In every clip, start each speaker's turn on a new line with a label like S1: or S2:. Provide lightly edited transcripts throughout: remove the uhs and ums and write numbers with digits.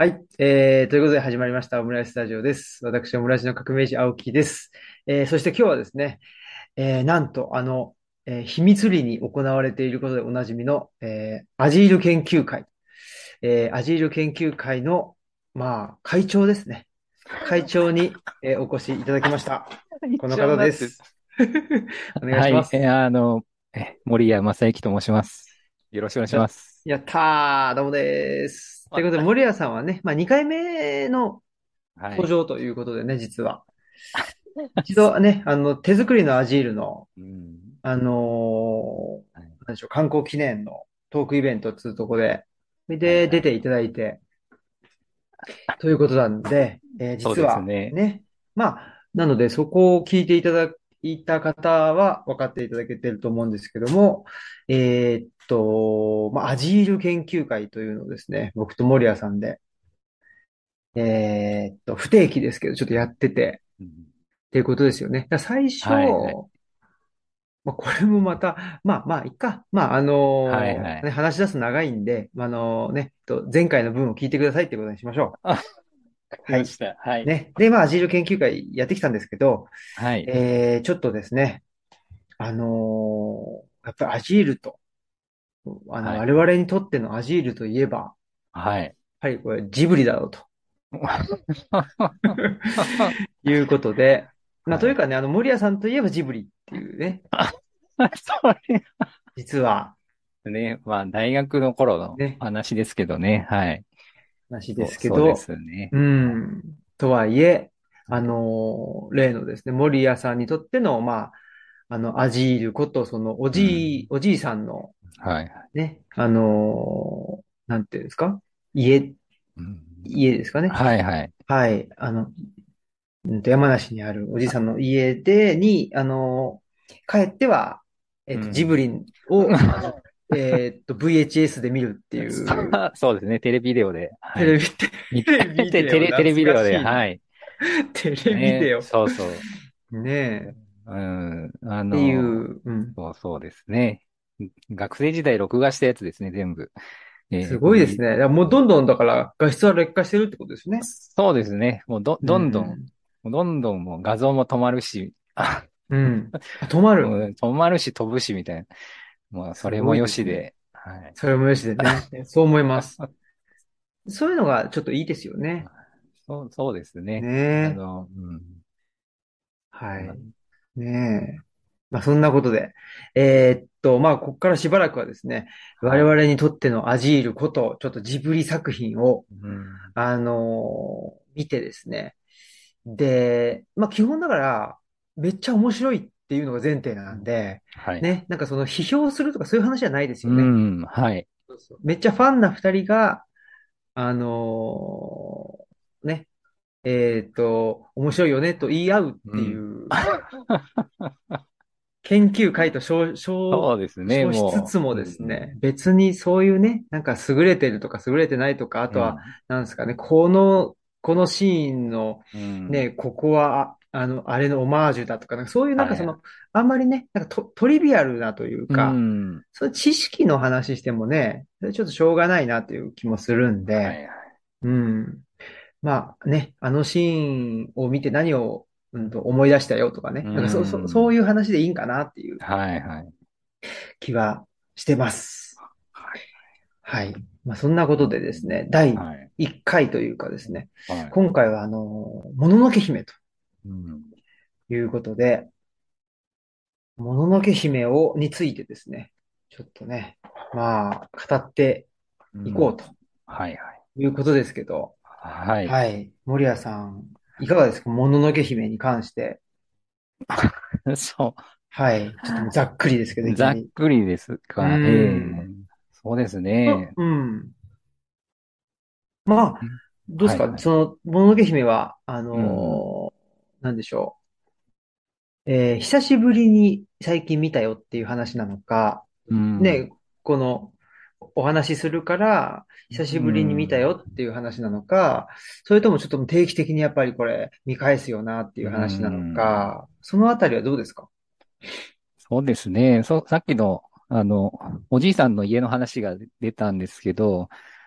S1: はい。ということで始まりました、オムライススタジオです。私、オムライスの革命児、青木です。そして今日はですね、なんと、秘密裏に行われていることでおなじみの、アジール研究会。アジール研究会の、まあ、会長ですね。会長に、お越しいただきました。この
S2: 一応なってる。
S1: 方です。お願い
S2: はい、
S1: します。
S2: 森谷正幸と申します。よろしくお願いし
S1: や、
S2: ます。
S1: やったー、どうもです。ということで、
S2: あ
S1: 森谷さんはね、まあ、2回目の
S2: はい。
S1: 登場ということでね、実は。一度ね、手作りのアジールの、
S2: うん。はい。
S1: なんでしょう、観光記念のトークイベントっつうとこで、それ
S2: はい、はい。
S1: で出ていただいて、ということなんで、
S2: そう
S1: 実は
S2: ですね。
S1: ね、まあ、なのでそこを聞いていただいた方は分かっていただけてると思うんですけども、まあ、アジール研究会というのをですね、僕と森谷さんで、不定期ですけど、ちょっとやってて、
S2: うん。
S1: っていうことですよね。だから最初、
S2: はい、はい。
S1: まあ、これもまた、まあまあ、いっか。まあ、
S2: はい、はい。
S1: ね、話し出すと長いんで、まあ、前回の分を聞いてくださいってことにしましょ
S2: あ、わか
S1: う。はい。
S2: りました。はい。
S1: ね。で、まあ、アジール研究会やってきたんですけど、
S2: はい。
S1: ちょっとですね、やっぱりアジールと、
S2: はい。
S1: 我々にとってのアジールといえば、
S2: はい。
S1: やはりこれジブリだろうということで、まあ、
S2: はい。
S1: というかね、森谷さんといえばジブリっていうね、
S2: あ、それ
S1: 実は、
S2: ね、まあ、大学の頃の
S1: ね、
S2: 話ですけどね。はい。
S1: 話ですけ
S2: そうで
S1: ど、
S2: すね。
S1: う
S2: はい。
S1: ん、とはいえ、
S2: はい。
S1: 例のですね、森谷さんにとっての、まあ、アジールこと、その、
S2: うん。
S1: おじいさんの、
S2: はい。
S1: ね、なんていうんですか
S2: うん。
S1: 家ですかね。
S2: はい、はい。
S1: はい。山梨にあるおじいさんの家で、帰っては、ジブ
S2: うん。
S1: リを、VHS で見るっていう、
S2: そうですね。テレビデオで。はい。
S1: テレビ、テレビビデオ、
S2: テ
S1: 懐
S2: レビデオで。
S1: かしいな。
S2: はい。
S1: テレビ
S2: ね。
S1: デオ。
S2: そうそ
S1: ね
S2: う。
S1: え。
S2: うん。
S1: っていう、うん。
S2: そうですね。学生時代録画したやつですね、全部。
S1: すごいです
S2: V、
S1: ね。だからもうどんどんだから画質は劣化してるってことですね。
S2: そうですね。もう
S1: う
S2: どんどん、
S1: ん。
S2: どんどんもう画像も止まるし、
S1: うん。あ、止まる。
S2: もう止まるし飛ぶしみたいな。もうそ
S1: すご
S2: れも
S1: いですね。
S2: よしで。はい。
S1: それもよしでね。そう思います。そういうのがちょっといいですよね。
S2: そうですね。
S1: ねえ。
S2: うん。
S1: はい。
S2: な
S1: ねえ。まあ、そんなことで。まあ、ここからしばらくはですね、我
S2: はい。
S1: 々にとってのアジールこと、ちょっとジブリ作品を、
S2: うん。
S1: 見てですね。で、まあ、基本だから、めっちゃ面白いっていうのが前提なんで、
S2: はい。
S1: ね、なんかその批評するとかそういう話じゃないです
S2: う
S1: よね。
S2: ん。はい。
S1: そうそうめっちゃファンな二人が、ね、面白いよねと言い合うってい
S2: うん。
S1: う研究会と
S2: そうですね、
S1: 称しつ
S2: も
S1: つも
S2: う。う
S1: ですね、
S2: ん。
S1: 別にそういうね、なんか優れてるとか優れてないとか、あとは、
S2: うん。
S1: なんですかね、このシーンの
S2: うん。
S1: ね、ここは、あれのオマージュだとか、なんかそういうなん
S2: はい。
S1: かその、あんまりね、なんかトリビアルなという
S2: う
S1: か、
S2: ん。
S1: そういう知識の話してもね、それちょっとしょうがないなという気もするんで、
S2: はい。
S1: うん。まあね、あのシーンを見て何を、思い出したよとか
S2: う
S1: ね。なんかそう
S2: ん。
S1: いう話でいいんかなっていう
S2: はい。はい。
S1: 気はしてます。
S2: はい。
S1: はい。まあそんなことでですね、第
S2: はい。
S1: 1回というかですね、
S2: はい。
S1: 今回はもののけ姫と
S2: うん。
S1: いうことで、もののけ姫についてですね、ちょっとね、まあ語って
S2: うん。
S1: いこうと
S2: はい。はい。
S1: いうことですけど、
S2: はい。
S1: はい。森谷さん、いかがですかもののけ姫に関して。
S2: そ
S1: はい。ちょっともうざっくりですけど、い
S2: う。ざっ
S1: きなり。
S2: くりです
S1: うー
S2: か。
S1: ん。
S2: そうですね。
S1: うん。まあ、
S2: うん。
S1: どうですか
S2: はいはい。
S1: その、もののけ姫は、
S2: うん。
S1: なんでしょう。久しぶりに最近見たよっていう話なのか、
S2: うん。
S1: ね、この、お話しするから、久し
S2: う
S1: ぶりに見た
S2: ん。
S1: よっていう話なのか、それともちょっと定期的にやっぱりこれ見返すよなってい
S2: う
S1: う話なの
S2: ん。
S1: か、そのあたりはどうですか
S2: そうですね。さっきの、おじいさんの家の話が出たんですけど、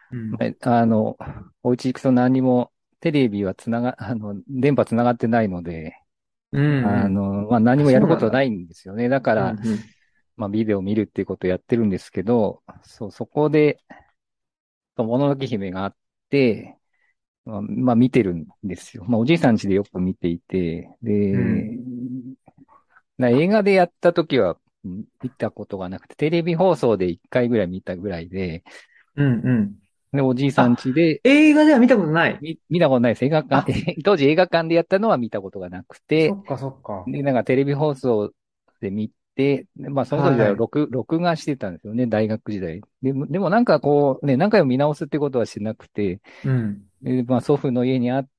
S1: うん。
S2: お家行くと何にも、テレビは電波つながってないので、
S1: うんうん。
S2: 何
S1: あ、
S2: もやる
S1: そうなんだ。
S2: ことないんですよね。だか
S1: う
S2: ら、
S1: んうん。
S2: ビデオを見るっていうことをやってるんですけど、そう、そこで、もののけ姫があって、見てるんですよ。おじいさん家でよく見ていて、
S1: うん。
S2: で、映画でやった時は見たことがなくて、テレビ放送で一回ぐらい見たぐらいで、
S1: うんうん。
S2: で、おじいさん
S1: あ、
S2: 家で
S1: 映画では見たことない。
S2: 見たことないです。映画館、
S1: あ、
S2: 当時映画館でやったのは見たことがなくて、
S1: そっかそっか。
S2: で、なんかテレビ放送で見て、でその当時は
S1: はい。
S2: 録画してたんですよね、大学時代。でもなんかこう、ね、何回も見直すってことはしなくて、
S1: うん。
S2: で、祖父の家にあって、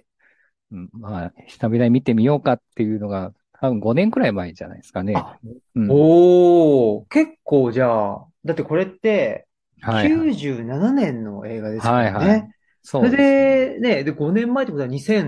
S2: 久々に見てみようかっていうのが、多分5年くらい前じゃないですかね。
S1: あ、
S2: うん。
S1: おー、結構じゃあ、だってこれって
S2: はいはい。
S1: 97年の映画ですか
S2: はいはい。
S1: らね。そ
S2: そうですね。
S1: れで、ね、で、5年前ってことは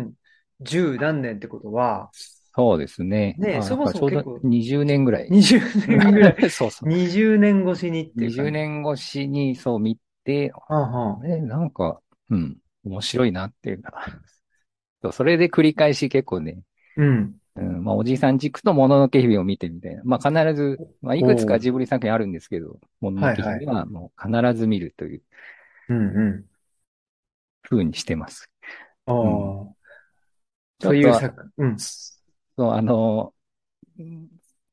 S1: 2010何年ってことは、
S2: そうですね。
S1: ね、そも
S2: だからちょうど
S1: そも結構
S2: 20年ぐらい。
S1: 20年ぐらい、
S2: そうそう。
S1: 20年越しにっていう
S2: 20
S1: 感じ。
S2: 年越しにそう見て、
S1: はんはん。
S2: なんか、面白いなっていうか。そうそれで繰り返し結構ね、
S1: うん。
S2: おじいさん軸ともののけ姫を見てみたいな。必ず、いくつか
S1: おー、
S2: ジブリ作品あるんですけど、もののけ
S1: はいはい。
S2: 姫はもう必ず見るという
S1: うんうん。
S2: 風にしてます。
S1: あ
S2: うん。
S1: あ、と
S2: ちょっと、
S1: いう作、うん。
S2: そう、うん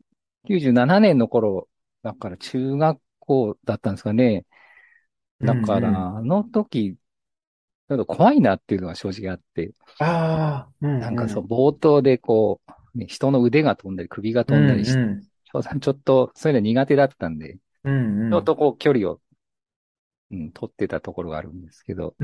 S2: 97年の頃、だから中学校だったんですかね。
S1: う
S2: だから、
S1: んうん。
S2: あの時、ちょっと怖いなっていうのが正直あって、
S1: ああ、うん
S2: なんかそう、
S1: うん。
S2: 冒頭でこう、ね、人の腕が飛んだり、首が
S1: う
S2: 飛んだりし、
S1: んうん。
S2: ちょっと、そういうの苦手だったんで、
S1: うんうん。
S2: ちょっとこう、距離を、取ってたところがあるんですけど、
S1: うん。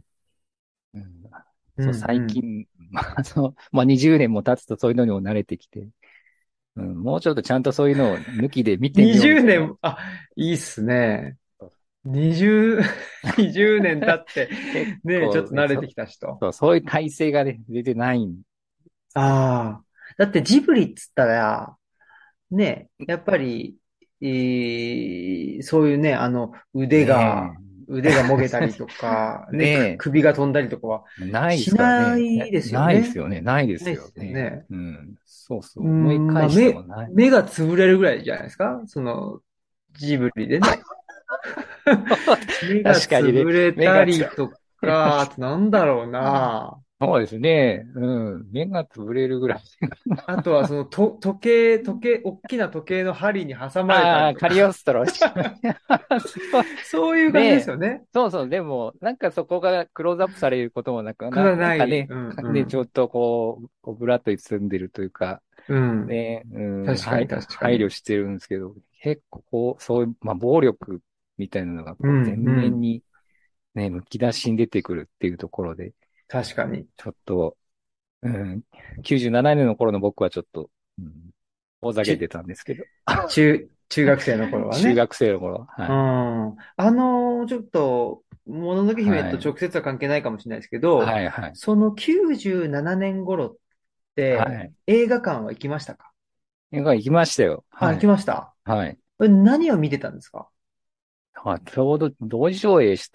S2: うん、
S1: う
S2: そう、
S1: んうん。
S2: 最近、20年も経つとそういうのにも慣れてきて、もうちょっとちゃんとそういうのを抜きで見てみよう
S1: 20
S2: みたいな。
S1: 年、あ、いいっすね。20、20年経って、
S2: 結
S1: ね、ちょっ
S2: 構ね、
S1: と慣れてきた人。
S2: そういう体制がね、出てないんですよ。
S1: ああ。だってジブリっつったら、ね、やっぱり、そういうね、
S2: ね
S1: 腕がもげたりとか、
S2: え。
S1: ね、
S2: ね
S1: 首が飛んだりとかは
S2: え。ないで
S1: し
S2: すからね。
S1: ないですよね。
S2: ないですよね。ないです
S1: ないですよ
S2: よね。
S1: ね。
S2: うん。そうそう。思い
S1: うん、まあ、
S2: 返してもない。
S1: 目が潰れるぐらいじゃないですかその、ジブリでね。目が
S2: 確かにね。
S1: 潰れ
S2: 目がつ、
S1: たりとか、あとなんだろうな。
S2: そうですね。うん。目が潰れるぐらい。
S1: あとはその時計、大きな時計の針に挟まれた
S2: ああ、カリ
S1: りとか、
S2: オストロ。そう
S1: そういう感じです
S2: ねえ。
S1: よね。
S2: そうそう。でも、なんかそこがクローズアップされることもなく、
S1: くだない。
S2: なんかね、
S1: うんう
S2: ね、ちょ
S1: ん。
S2: っとこうブラッと包んでるというか、
S1: うん。
S2: ね、
S1: 確かに確かに。
S2: 配慮してるんですけど、結構こう、そういう、暴力みたいなのが
S1: う
S2: こう、前
S1: んうん。
S2: 面にね、むき出しに出てくるっていうところで、
S1: 確かに。
S2: ちょっと、うん、97年の頃の僕はちょっと、うん、大ざけ
S1: ち、
S2: てたんですけど、
S1: 中学生の頃はね。
S2: 中学生の頃、
S1: う
S2: はい。
S1: ん。ちょっと、もののけ姫と
S2: はい。
S1: 直接は関係ないかもしれないですけど、
S2: はい、はい。
S1: その97年頃って
S2: はい。
S1: 映画館は行きましたか？
S2: 行きましたよ。
S1: あ、行き
S2: はい。
S1: ました。
S2: はい。
S1: 何を見てたんですか？
S2: ちょうど同時上映した、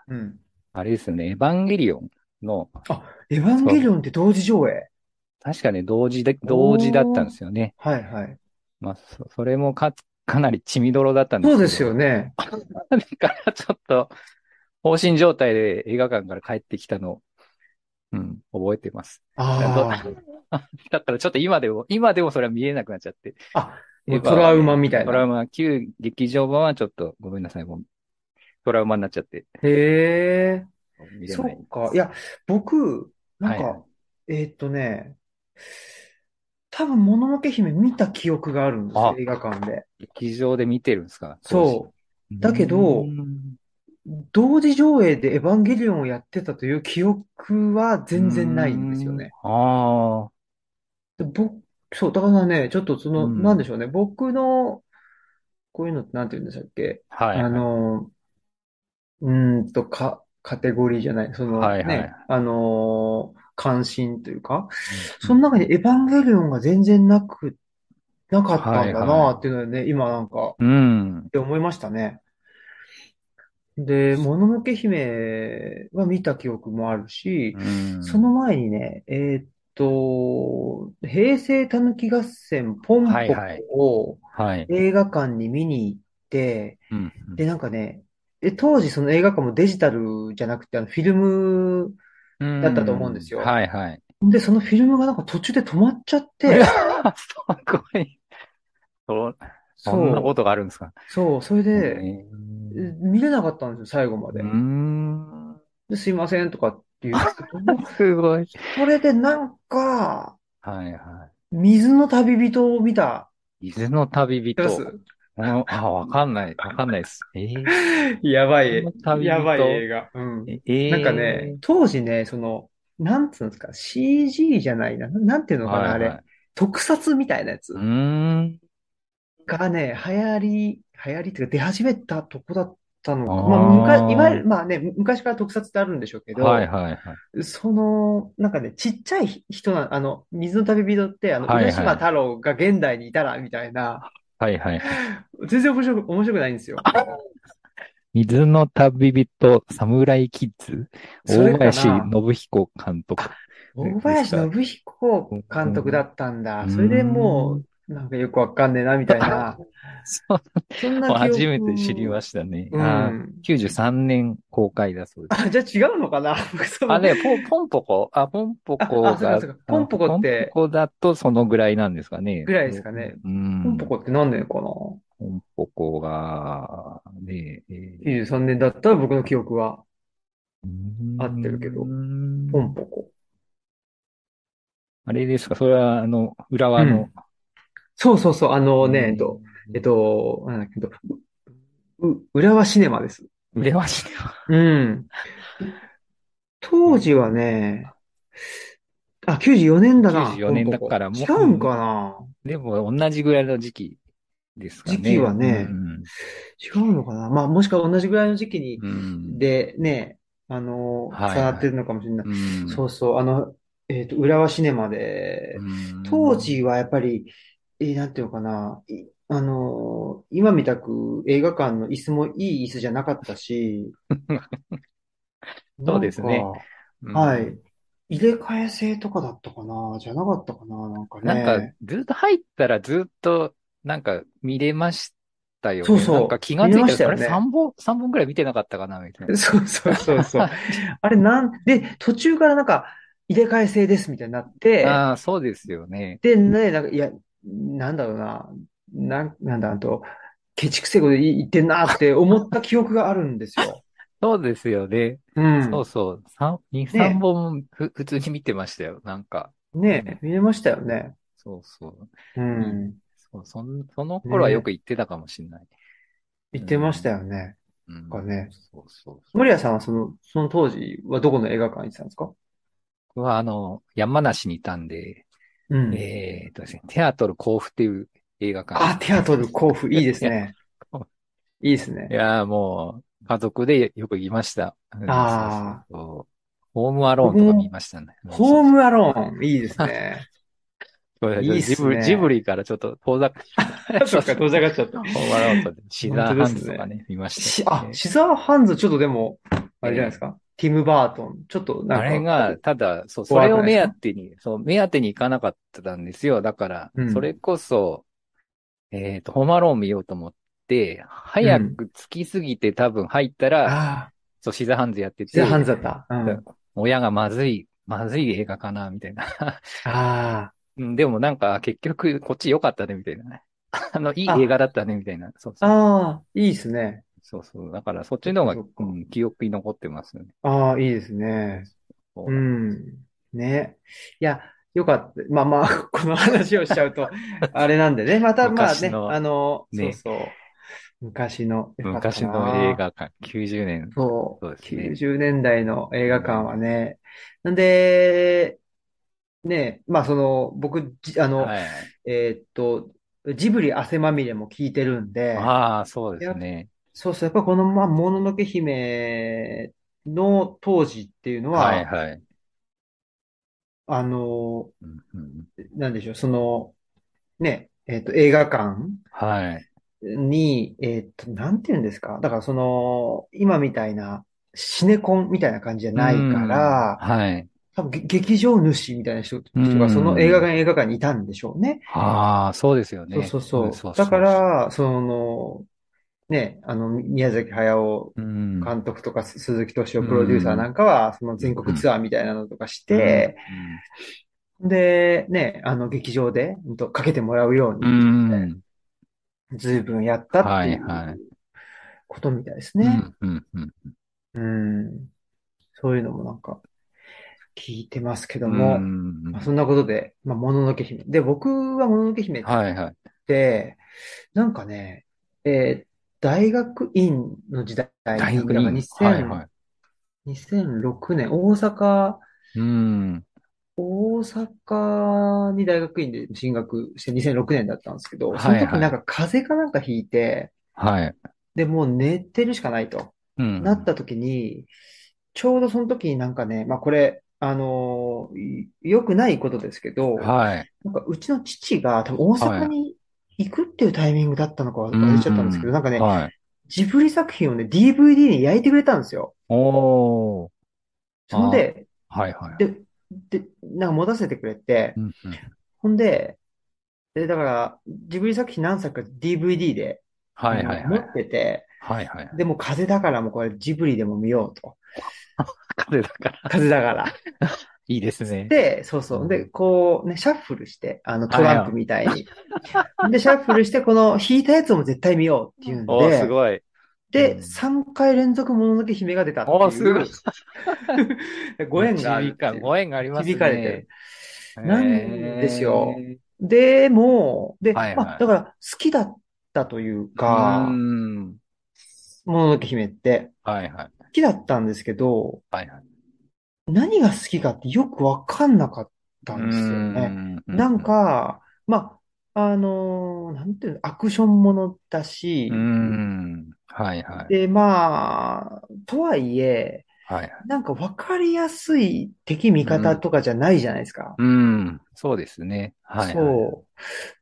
S1: うん。
S2: あれですよね、エヴァンゲリオンの、
S1: あ、エヴァン
S2: そう、
S1: ゲリオンって同時上映？
S2: 確かね、同時だったんで
S1: おー。
S2: すよね。
S1: はいはい。
S2: それもかなり血みどろだったんで
S1: そうですよ
S2: すけど、
S1: ね。
S2: だからちょっと、放心状態で映画館から帰ってきたのを、覚えてます。だど
S1: あ
S2: だからちょっと今でもそれは見えなくなっちゃって。
S1: あ。あ、も
S2: エヴ
S1: うトラウマ
S2: ァはね、
S1: みたいな。
S2: 旧劇場版はちょっとごめんなさい、もうトラウマになっちゃって、
S1: へえ。
S2: 見れない
S1: そっか。い
S2: です。
S1: や、僕、なんか、
S2: はいはい。
S1: えーっとね、多分、もののけ姫見た記憶があるんですよ、
S2: あ、
S1: 映画館で。
S2: 劇場で見てるんですか、当時。
S1: そう。
S2: うー
S1: だけど、
S2: ん。
S1: 同時上映でエヴァンゲリオンをやってたという記憶は
S2: うー
S1: 全然ないんですよ
S2: ん。
S1: ね。
S2: ああ。
S1: でそう、だからね、ちょっと
S2: うん。
S1: なんでしょうね。僕の、こういうのってなんて言うんでしたっけ？あ
S2: はいはい。
S1: の、カテゴリーじゃない、
S2: はいはい。
S1: 関心というか、
S2: うんうん。
S1: その中にエヴァンゲリオンが全然なかった
S2: は
S1: んだ
S2: いはい。
S1: なっていうのはね、今なんか、っ
S2: うん。
S1: て思いましたね。 で、もののけ姫は見た記憶もあるし、
S2: うん。
S1: その前にね、平成たぬき合戦ポンポコ
S2: はいはい。
S1: を
S2: はい。
S1: 映画館に見に行って、
S2: うん。
S1: で、なんかね、当時その映画館もデジタルじゃなくて、フィルム
S2: う
S1: だったと思うんで
S2: ん。
S1: すよ。
S2: はいはい。
S1: で、そのフィルムがなんか途中で止まっちゃっ
S2: うわ、
S1: て、
S2: すごい。そ、そんなこ
S1: そう、
S2: とがあるんですか？
S1: そう、それ
S2: え
S1: で、
S2: ー、
S1: 見れなかったんですよ、最後ま
S2: うー
S1: で。
S2: ん。
S1: で、すいませんとかって言ったけど、
S2: すごい。
S1: それでなんか、
S2: はいは
S1: 水の旅人を見た。
S2: い。伊豆の旅人。
S1: 知ってます？
S2: わかんない。わかんないです。
S1: やばい、
S2: 伊豆の旅
S1: やばい
S2: 人。
S1: 映画。うん。
S2: え、
S1: なんかね、
S2: えー
S1: 当時ね、なんつうんですか、CG じゃないな。なんていうのかな、あれ。
S2: はいはい。
S1: 特撮みたいなや
S2: うー
S1: つ
S2: ん。
S1: がね、流行りっていうか出始めたとこだったの
S2: あ
S1: か。まあ、いわゆる、
S2: あ。
S1: まあね、昔から特撮ってあるんでしょうけ
S2: はい
S1: ど、
S2: はいはい。
S1: なんかね、ちっちゃい人水の旅人って、浦島
S2: はいはい。
S1: 太郎が現代にいたら、みたいな、
S2: はいはいはい。
S1: 全然面白くないんですよ。
S2: 水の旅人、サムライキッズ、大
S1: それかな。
S2: 林信彦監督
S1: 大林信
S2: ですか？
S1: 彦
S2: うん。
S1: 監督だったん
S2: うー
S1: だ。それでも
S2: ん。
S1: う、なんかよくわかんねえな、みたいな。
S2: そう、
S1: そんな記
S2: 初めて知り
S1: 憶、
S2: ましたね。
S1: うん。
S2: 93年公開だそうです。
S1: あ、じゃあ違うのかな。僕
S2: ポンポコポンポコ
S1: そうか
S2: が、
S1: そうか。ポンポコ
S2: ポンポ
S1: って
S2: コだとそのぐらいなんですかね。
S1: ぐらいですかね。
S2: うん。
S1: ポンポコって何年かな？
S2: ポンポコが、ね、
S1: 93 年だったら僕の記憶は
S2: うー
S1: 合ってるけど。ポン
S2: ん。
S1: ポコ。
S2: あれですか？それは、浦和の、
S1: うん。そうそうそう。なんだっけ、浦和シネマです。
S2: 浦和市では、
S1: うん。当時はね、94年だ
S2: 94
S1: な、ポン
S2: 年
S1: ポコ。
S2: だからもう、
S1: 違うんかな？
S2: でも同じぐらいの時期ですか
S1: 時期
S2: ね。う
S1: はね、
S2: ん。
S1: 違うのかな？まあ、もしくは同じぐらいの時期に、
S2: うん。
S1: でね、重なってる
S2: はいはい。
S1: のかもしれない。
S2: うん。
S1: そうそう、浦和シネマ
S2: う
S1: で、当時
S2: ん。
S1: はやっぱり、なんていうのかな、今みたく映画館の椅子もいい椅子じゃなかったし、
S2: そう
S1: なん
S2: ですね。
S1: か、はい、
S2: うん。
S1: 入れ替え制とかだったかな？じゃなかったかな？なんか
S2: なんか、
S1: ね。
S2: ずっと入ったらずっと、なんか見れましたよ
S1: そう
S2: ね。なんか
S1: そう、
S2: 気が
S1: 見れま
S2: ついたら、あれ
S1: したよね。
S2: 3本ぐらい見てなかったかなみたいな。
S1: そうそうそうそう。あれで、途中からなんか、入れ替え制ですみたいになって、
S2: ああ、そうですよね。
S1: でね、なんか、いや、なんだろうな、なんだ、ケチくせえこと言ってんなって思った記憶があるんですよ。
S2: そうですよね。
S1: う
S2: そう
S1: ん。
S2: そう。2、3
S1: ね
S2: 本普通に見てましたよ。なんか。ね。
S1: 見れましたよね。
S2: そうそう。
S1: う
S2: いい。
S1: ん。
S2: その頃はよく
S1: ね
S2: 言ってたかもしれない。
S1: 言ってました
S2: うん。
S1: よね。
S2: うん。
S1: なんかね。
S2: そうそうそう。
S1: 森谷さんはその当時はどこの映画館に行ってたんですか？
S2: 僕は山梨にいたんで、
S1: うん。
S2: ですね、テアトル甲府っていう映画館
S1: あ、
S2: に。
S1: テアトル甲府、いいで
S2: いや、
S1: すね。いいですね。
S2: いや、もう、家族でよく行きました。うん、そうそう
S1: ああ、
S2: そう。ホームアローンとか見
S1: 僕も、
S2: ましたね。うん、そうそう。
S1: ホームアローン、いいですね。
S2: ごめんなさい、
S1: いいっす
S2: ジブ
S1: ね。
S2: リからちょっと遠ざか、
S1: そっか、
S2: そうそう。
S1: 遠ざかっちゃった。
S2: ホームアローンとシザー
S1: 本当で
S2: ハン
S1: すね。
S2: ズとかね、見ましたけどね。
S1: シザーハンズ、ちょっとでも、あれじゃないです
S2: え
S1: か。ティム・バートン。ちょっとなん
S2: あれが、
S1: か
S2: ただ、そう、それを目当
S1: 怖くないですか？
S2: てに、そう、目当てに行かなかったんですよ。だから、
S1: うん。
S2: それこそ、ホームアローン見ようと思って、
S1: うん。
S2: 早く着きすぎて多分入ったら、
S1: ああ、
S2: そう、シザーハンズやって
S1: シザーハン
S2: て、
S1: ズだった。うん。
S2: 親がまずい映画かな、みたいな。
S1: あ
S2: うん、でもなんか、結局、こっち良かったね、みたいなね。いい映画
S1: あ、
S2: だったね、みたいな。そうそう。
S1: ああ、いいですね。
S2: そうそう。だから、そっ
S1: そっ
S2: ちの方が、
S1: かそっか。
S2: うん、記憶に残ってますよね。
S1: ああ、いいです
S2: そう
S1: ね。
S2: そう
S1: う
S2: なんです。
S1: ん。ね。いや、よかった。まあまあ、この話をしちゃうと、あれなんでね。またまあね、
S2: 昔の、
S1: そう
S2: ね、
S1: そう。昔の、よかった
S2: 昔の映
S1: な。
S2: 画館、90年、
S1: そう。
S2: そうですね。
S1: 90年代の映画館
S2: うん、
S1: はね。なんで、ね、まあ僕、
S2: はい。
S1: えーっと、ジブリ汗まみれも聞いてるんで、
S2: ああ、そうです
S1: やっ
S2: ね。
S1: そうそう、やっぱこの、まあ、もののけ姫の当時っていうのは、
S2: はいはい。
S1: あの、
S2: うんうん、
S1: なんでしょう、映画館
S2: はい。
S1: に、なんて言うんですか。だから今みたいな、シネコンみたいな感じじゃ
S2: う
S1: ないか
S2: ん。
S1: ら、
S2: はい。
S1: 多分劇場主みたいな
S2: う
S1: 人がその映画
S2: ん。
S1: 館、映画館にいたんでしょうね。
S2: ああ、そうですよね。
S1: そうそう
S2: うん、
S1: そう。
S2: そう
S1: だか
S2: そうそ
S1: ら、ね、宮崎駿
S2: う。うん。
S1: 監督とか鈴木敏夫
S2: う
S1: プロデューサーな
S2: ん。
S1: んかは、その
S2: うん。
S1: 全国ツアーみたいなのとかし
S2: うん。
S1: て、
S2: うん。
S1: で、ね、劇場で、かけてもらうよう
S2: う
S1: に、
S2: ん。
S1: ずいぶんやったって
S2: はい
S1: いう
S2: はい。
S1: ことみたいですね。
S2: うん。うん。うん。
S1: うん。そういうのもなんか聞いてますけど
S2: う
S1: も、まあ、
S2: ん。
S1: そんなことで、まあ、もののけ姫。で、僕はもののけ姫っ
S2: はいはい。
S1: て、なんかね、大学院の時代に、だから
S2: 大学院。はいは
S1: 2000、
S2: い。
S1: 2006年、
S2: うん。
S1: 大阪に大学院で進学して2006年だったんですけど、その
S2: はいはい。
S1: 時になんか風邪かなんかひいて、
S2: はい。
S1: で、もう寝てるしかないと。
S2: うん。
S1: なった時に、ちょうどその時になんかね、まあこれ、良くないことですけど、
S2: はい。
S1: なんかうちの父が多分大
S2: はい。
S1: 阪に行くっていうタイミングだったのか
S2: う
S1: 忘れちゃったんですけど、
S2: ん。
S1: なんかね、
S2: はい。
S1: ジブリ作品をね、DVD に焼いてくれたんですよ。
S2: おー。あ
S1: そんで、
S2: あ。はいはい。
S1: なんか持たせてくれて、
S2: うん。うん。
S1: ほんで、だから、ジブリ作品何作か DVD で、
S2: はいはいはい。
S1: 持ってて、
S2: はいはいはい。
S1: でも風邪だからもうこれジブリでも見ようと。
S2: 風だから。
S1: 風邪だから。
S2: いいですね。
S1: で、そうそう。で、
S2: うん。
S1: こうね、シャッフルして、トランプ
S2: はいよ。
S1: みたいに。で、シャッフルして、この弾いたやつも絶対見ようっていうん
S2: おー、す
S1: で、
S2: ごい。う
S1: で、
S2: ん。
S1: 3回連続もののけ姫が出たっ
S2: おー、すごい。
S1: ていうご縁があるっていう、
S2: ご縁がありま
S1: 導
S2: すね。
S1: かれてる。なんですよ。
S2: ええ。
S1: まあ、だ
S2: はいはい。
S1: から好きだったという
S2: うー
S1: か、
S2: ん。
S1: もののけ姫って、
S2: はいはい。
S1: 好きだったんですけど、
S2: はいはい。
S1: 何が好きかってよくわかんなかった
S2: うー
S1: んですよね。
S2: ん。うん。
S1: なんか、まあ、なんていうの、アクションものだ
S2: うー
S1: し、
S2: ん。はいはい。
S1: で、まあ、とはいえ、
S2: はいはい。
S1: なんかわかりやすい敵味
S2: うん。
S1: 方とかじゃないじゃないですか。
S2: うん。そうですね。はいはい。
S1: そう。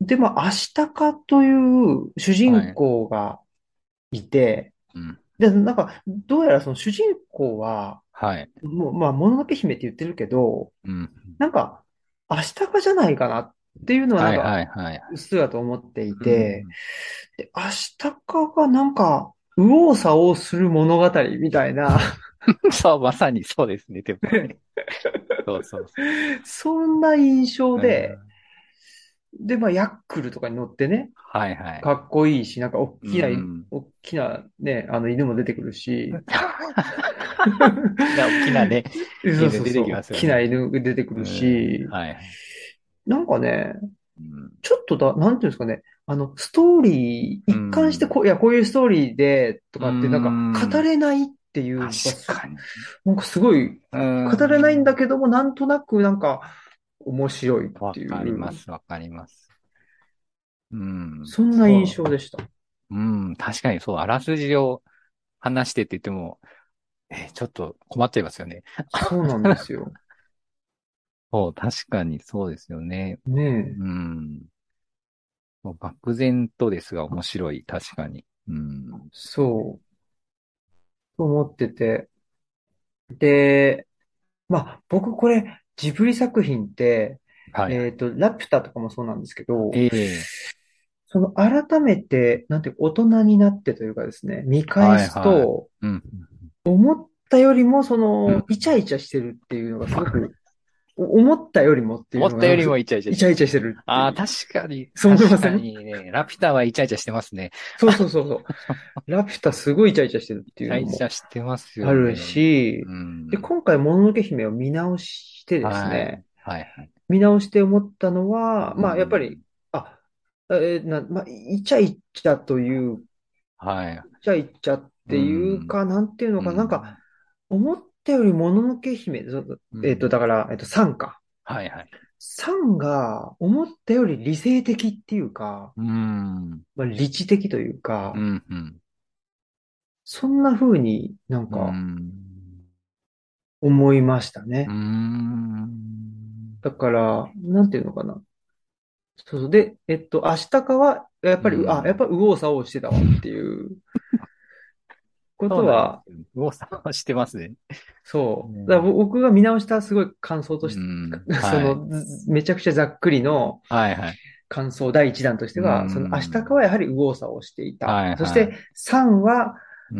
S1: で、まあ、アシタカという主人
S2: はい。
S1: 公がいて、
S2: うん。
S1: で、なんか、どうやらその主人公は、
S2: はい。
S1: もう、まあ、もののけ姫って言ってるけど、
S2: うん。
S1: なんか、アシタカじゃないかなっていうのはなんか、
S2: はいはいはい。
S1: うっすらと思っていて、
S2: うん。
S1: で、アシタカがなんか、右往左往する物語みたいな、
S2: そう、まさにそうですね。でもね。そうそうそ
S1: そんな印象
S2: う。う
S1: で、
S2: ん。
S1: で、まあ、ヤックルとかに乗ってね、
S2: はいはい。
S1: かっこいいし、なんか、
S2: うん。
S1: 大きなね、犬も出てくるし、
S2: 大きなね、
S1: そう
S2: 犬出てき
S1: そうそう、大きな
S2: ますよね。
S1: 犬が出てくる
S2: うん。
S1: し、
S2: はいはい。
S1: なんかね、
S2: うん。
S1: ちょっとなんていうんですかね、ストーリー、
S2: う
S1: 一貫して
S2: ん。
S1: こういうストーリーで、と
S2: う
S1: かって、なんか、語
S2: ん。
S1: れないっていう
S2: 確
S1: のが
S2: かに。
S1: なんかすごい、
S2: う
S1: 語れないんだ
S2: ん。
S1: けども、なんとなく、なんか、面白いっ
S2: わ
S1: ていう、
S2: かります、わかります。うん。
S1: そんな印象でした。
S2: うん。確かにそう、あらすじを話してって言っても、ちょっと困っちゃいますよね。
S1: そうなんですよ。
S2: そう、確かにそうですよね。
S1: ねえ。
S2: うん。もう漠然とですが面白い、確かに。うん。
S1: そう、と思ってて。で、まあ、僕これ、ジブリ作品って、
S2: はいはい。
S1: ラピュタとかもそうなんですけど、
S2: ええ。
S1: その改めて、なんていうか、大人になってというかですね、見返
S2: はい
S1: す
S2: はい。
S1: と、
S2: うん。
S1: 思ったよりも、
S2: うん。
S1: イチャイチャしてるっていうのがすごく、思ったよりもっていうのが、
S2: 思ったよりもイチャイチャ
S1: イ
S2: してる。
S1: チャイチャしてるって
S2: ああ、
S1: いう。
S2: 確かに、
S1: そう思いま
S2: 確か
S1: せん？
S2: にね、ラピュタはイチャイチャしてますね。
S1: そうそうそうそう。ラピュタすごいイチャイチャしてるっていうのも
S2: イチャイチャしてます
S1: ある
S2: よね。
S1: し、
S2: う
S1: で、
S2: ん。
S1: 今回、もののけ姫を見直してです
S2: はい。
S1: ね、
S2: はいはい。
S1: 見直して思ったの
S2: う
S1: は、まあ、やっぱり、
S2: ん。
S1: あ、まあ、イチャイチャという、
S2: はい。
S1: イチャイチャっ
S2: う
S1: ていう
S2: ん。
S1: か、なんていうの
S2: う
S1: かな、なんか、
S2: ん。
S1: 思ったよりもののけ姫、
S2: うん。
S1: だから、サンか。
S2: はいはい。
S1: サンが思ったより理性的っていうか、
S2: うん。
S1: まあ、理知的というか、
S2: うん。うん。
S1: そんな風になん
S2: う
S1: か
S2: ん。
S1: 思いました
S2: う
S1: ね。
S2: ん。
S1: だから、なんていうのかな。そうそう。で、アシタカはやっ
S2: う
S1: ぱり、やっ
S2: ん。
S1: ぱり右往左往してたわっていうこ
S2: そう
S1: とは、
S2: なんですよ。右往左往してますね。
S1: そう。だから
S2: ね。
S1: 僕が見直したすごい感想とし
S2: うん。
S1: て、
S2: はい。
S1: めちゃくちゃざっくりの
S2: はいはい。
S1: 感想第一弾として
S2: う
S1: は、その明日か
S2: ん。
S1: はやはり右往左往していた。
S2: はいはい。
S1: そして3は、
S2: うん。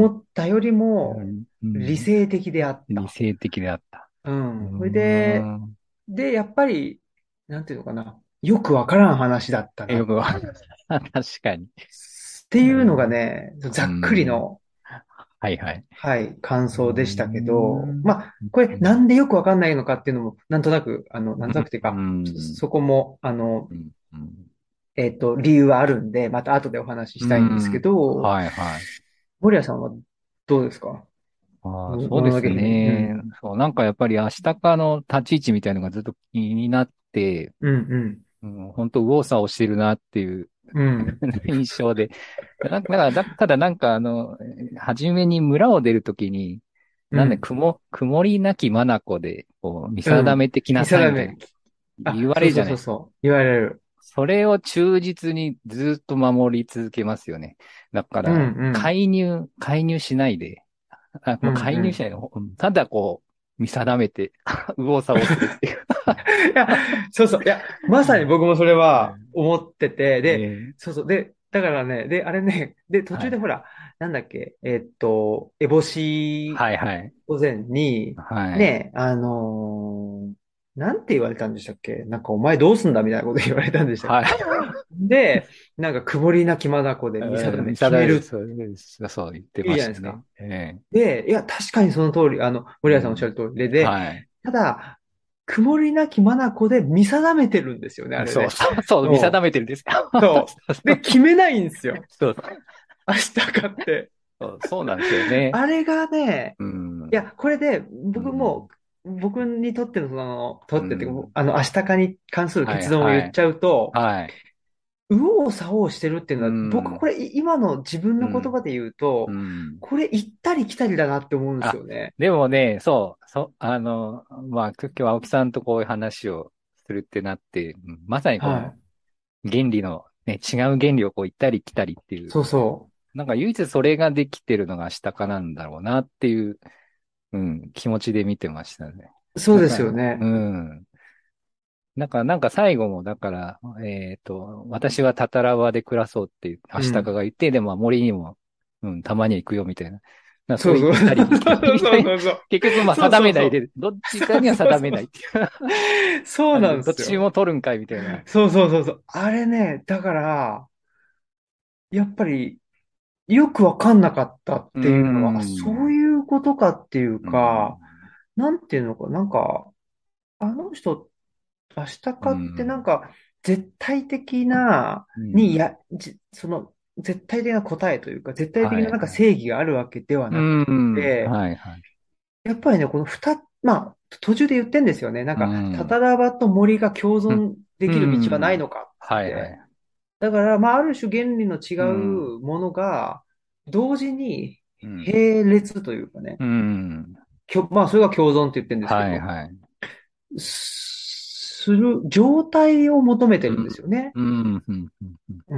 S1: 思ったよりも
S2: うん。
S1: 理性的であった。
S2: 理性的であった。
S1: う
S2: うー
S1: ん。それで、
S2: ん。
S1: やっぱり、なんていうのかな。よくわからん話だったな。っ
S2: よくわかる。確かに。
S1: ていうのが
S2: うん。
S1: ね、
S2: う
S1: ざっくり
S2: ん。
S1: の、
S2: はいはい。
S1: はい、感
S2: うー
S1: 想でしたけど、
S2: ん。
S1: まあ、これなんでよくわかんないのかっていうのも、なんとなく、なんとなくっていう
S2: う
S1: か、
S2: ん。
S1: そこも、
S2: うん。うん。
S1: 理由はあるんで、また後でお話し
S2: う
S1: したいんですけ
S2: ん。
S1: ど、
S2: はいはい。
S1: 森谷さんはどうですか？
S2: ああ、
S1: も
S2: そうです
S1: ののけ姫。う
S2: ね。
S1: ん。
S2: そう、なんかやっぱり明日かの立ち位置みたいなのがずっと気になって、
S1: うん、
S2: うん、本当右往左往してるなっていう
S1: うん。うん。
S2: 印象で。ただなんか初めに村を出るときに、なんで、
S1: うん。
S2: 曇りなき眼で、こう、見
S1: うん。
S2: 定めてきな
S1: 見
S2: さいみたいな
S1: 定め。
S2: 言われ
S1: そうそう
S2: るじゃないですか。
S1: そうそう。言われる。
S2: それを忠実にずっと守り続けますよね。だか
S1: うん、
S2: ら、
S1: うん。
S2: 介入しないで、もう
S1: うん、うん。
S2: 介入しないで、ただこう、見定めて、右往左往するっていう。
S1: いや、そうそう。いや、まさに僕もそれは
S2: ね
S1: 思ってて、
S2: ね
S1: そうそう。だからね、あれね、途
S2: はい。
S1: 中でほら、なんだっけ、烏帽子
S2: はいはい。
S1: 午前に、
S2: はい。
S1: ね、なんて言われたんでしたっけ？なんかお前どうすんだみたいなこと言われたんでしたっけ？
S2: はい。
S1: で、なんか曇りなき眼で見定め
S2: 見定める、
S1: 決める
S2: そう言って
S1: いい
S2: ましたね。
S1: じゃないですか。
S2: え
S1: で、いや、確かにその通り、森谷さんおっしゃ
S2: うん。
S1: る通りで、
S2: はい。
S1: ただ、曇りなき眼で見定めてるんですよね、あれね。
S2: 見
S1: そ
S2: 定めてるんですよ。
S1: う。そう。で、決めないんですよ。
S2: そう
S1: 明日かって。
S2: そうなんですよね。
S1: あれがね、
S2: うん。
S1: いや、これで、
S2: うん。
S1: 僕にとってのと
S2: う
S1: ってっていうか、
S2: ん。
S1: 明日かに関する
S2: はい、
S1: 結論を言
S2: はい。
S1: っちゃうと、
S2: はい。
S1: 右往左往してるっていう
S2: う
S1: のは、僕こ
S2: ん。
S1: れ今の自分の言
S2: うん。
S1: 葉で言うと、
S2: うん。
S1: これ行ったり来たりだなって思うんです
S2: あ、
S1: よね。
S2: でもね、まあ、今日は青木さんとこういう話をするってなって、まさにこの
S1: はい。
S2: 原理の、ね、違う原理をこう行ったり来たりっていう、
S1: そうそ
S2: なんか唯一それができてるのが明日かなんだろうなっていう、気持ちで見てましたね。
S1: う。そうですよ
S2: だから、
S1: ね。
S2: なんか最後も、だから、私はタタラ場で暮らそうっていう、明日か
S1: うん。
S2: が言って、でも森にも、たまには行くよみたいな。そういう
S1: そうそう。
S2: 行ったり来たり
S1: そう
S2: みたいな。
S1: そうそうそう。
S2: 結局、まあ
S1: そうそうそ
S2: 定めないで、どっ
S1: う。
S2: ちかには
S1: そうそう
S2: 定めないっ
S1: そう。
S2: ていう。
S1: そうなんで
S2: どっ
S1: すよ。
S2: ちも取るんかいみたいな。
S1: そうそうそうそう。あれね、だから、やっぱり、よくわかんなかったっ
S2: うー
S1: ていうのは、そう
S2: ん。
S1: いうことかっていう
S2: うん。
S1: か、なんていうのか、なんか、あの人、明日
S2: う
S1: かってなん
S2: ん。
S1: か、絶対的な、
S2: うん。
S1: 絶対的な答えというか、絶対的ななんか
S2: はいはい。
S1: 正義があるわけでは
S2: う
S1: なく
S2: ん。
S1: て、
S2: はいはい。
S1: やっぱりね、このまあ、途中で言ってんですよね。なん
S2: う
S1: か、タ
S2: ん。
S1: タラバと森が共
S2: うん。
S1: 存で
S2: う
S1: きる道はない
S2: ん。
S1: のかっつって。
S2: はいはい。
S1: だから、まあ、ある種原理の違
S2: うん。
S1: うものが、同時に
S2: うん。
S1: 並列というかね、
S2: うん。
S1: まあ、それが共存って言ってるんですけど、
S2: はいはい。
S1: する状態を求めてるんで
S2: うん。
S1: すよね。
S2: うん。うん。
S1: うん。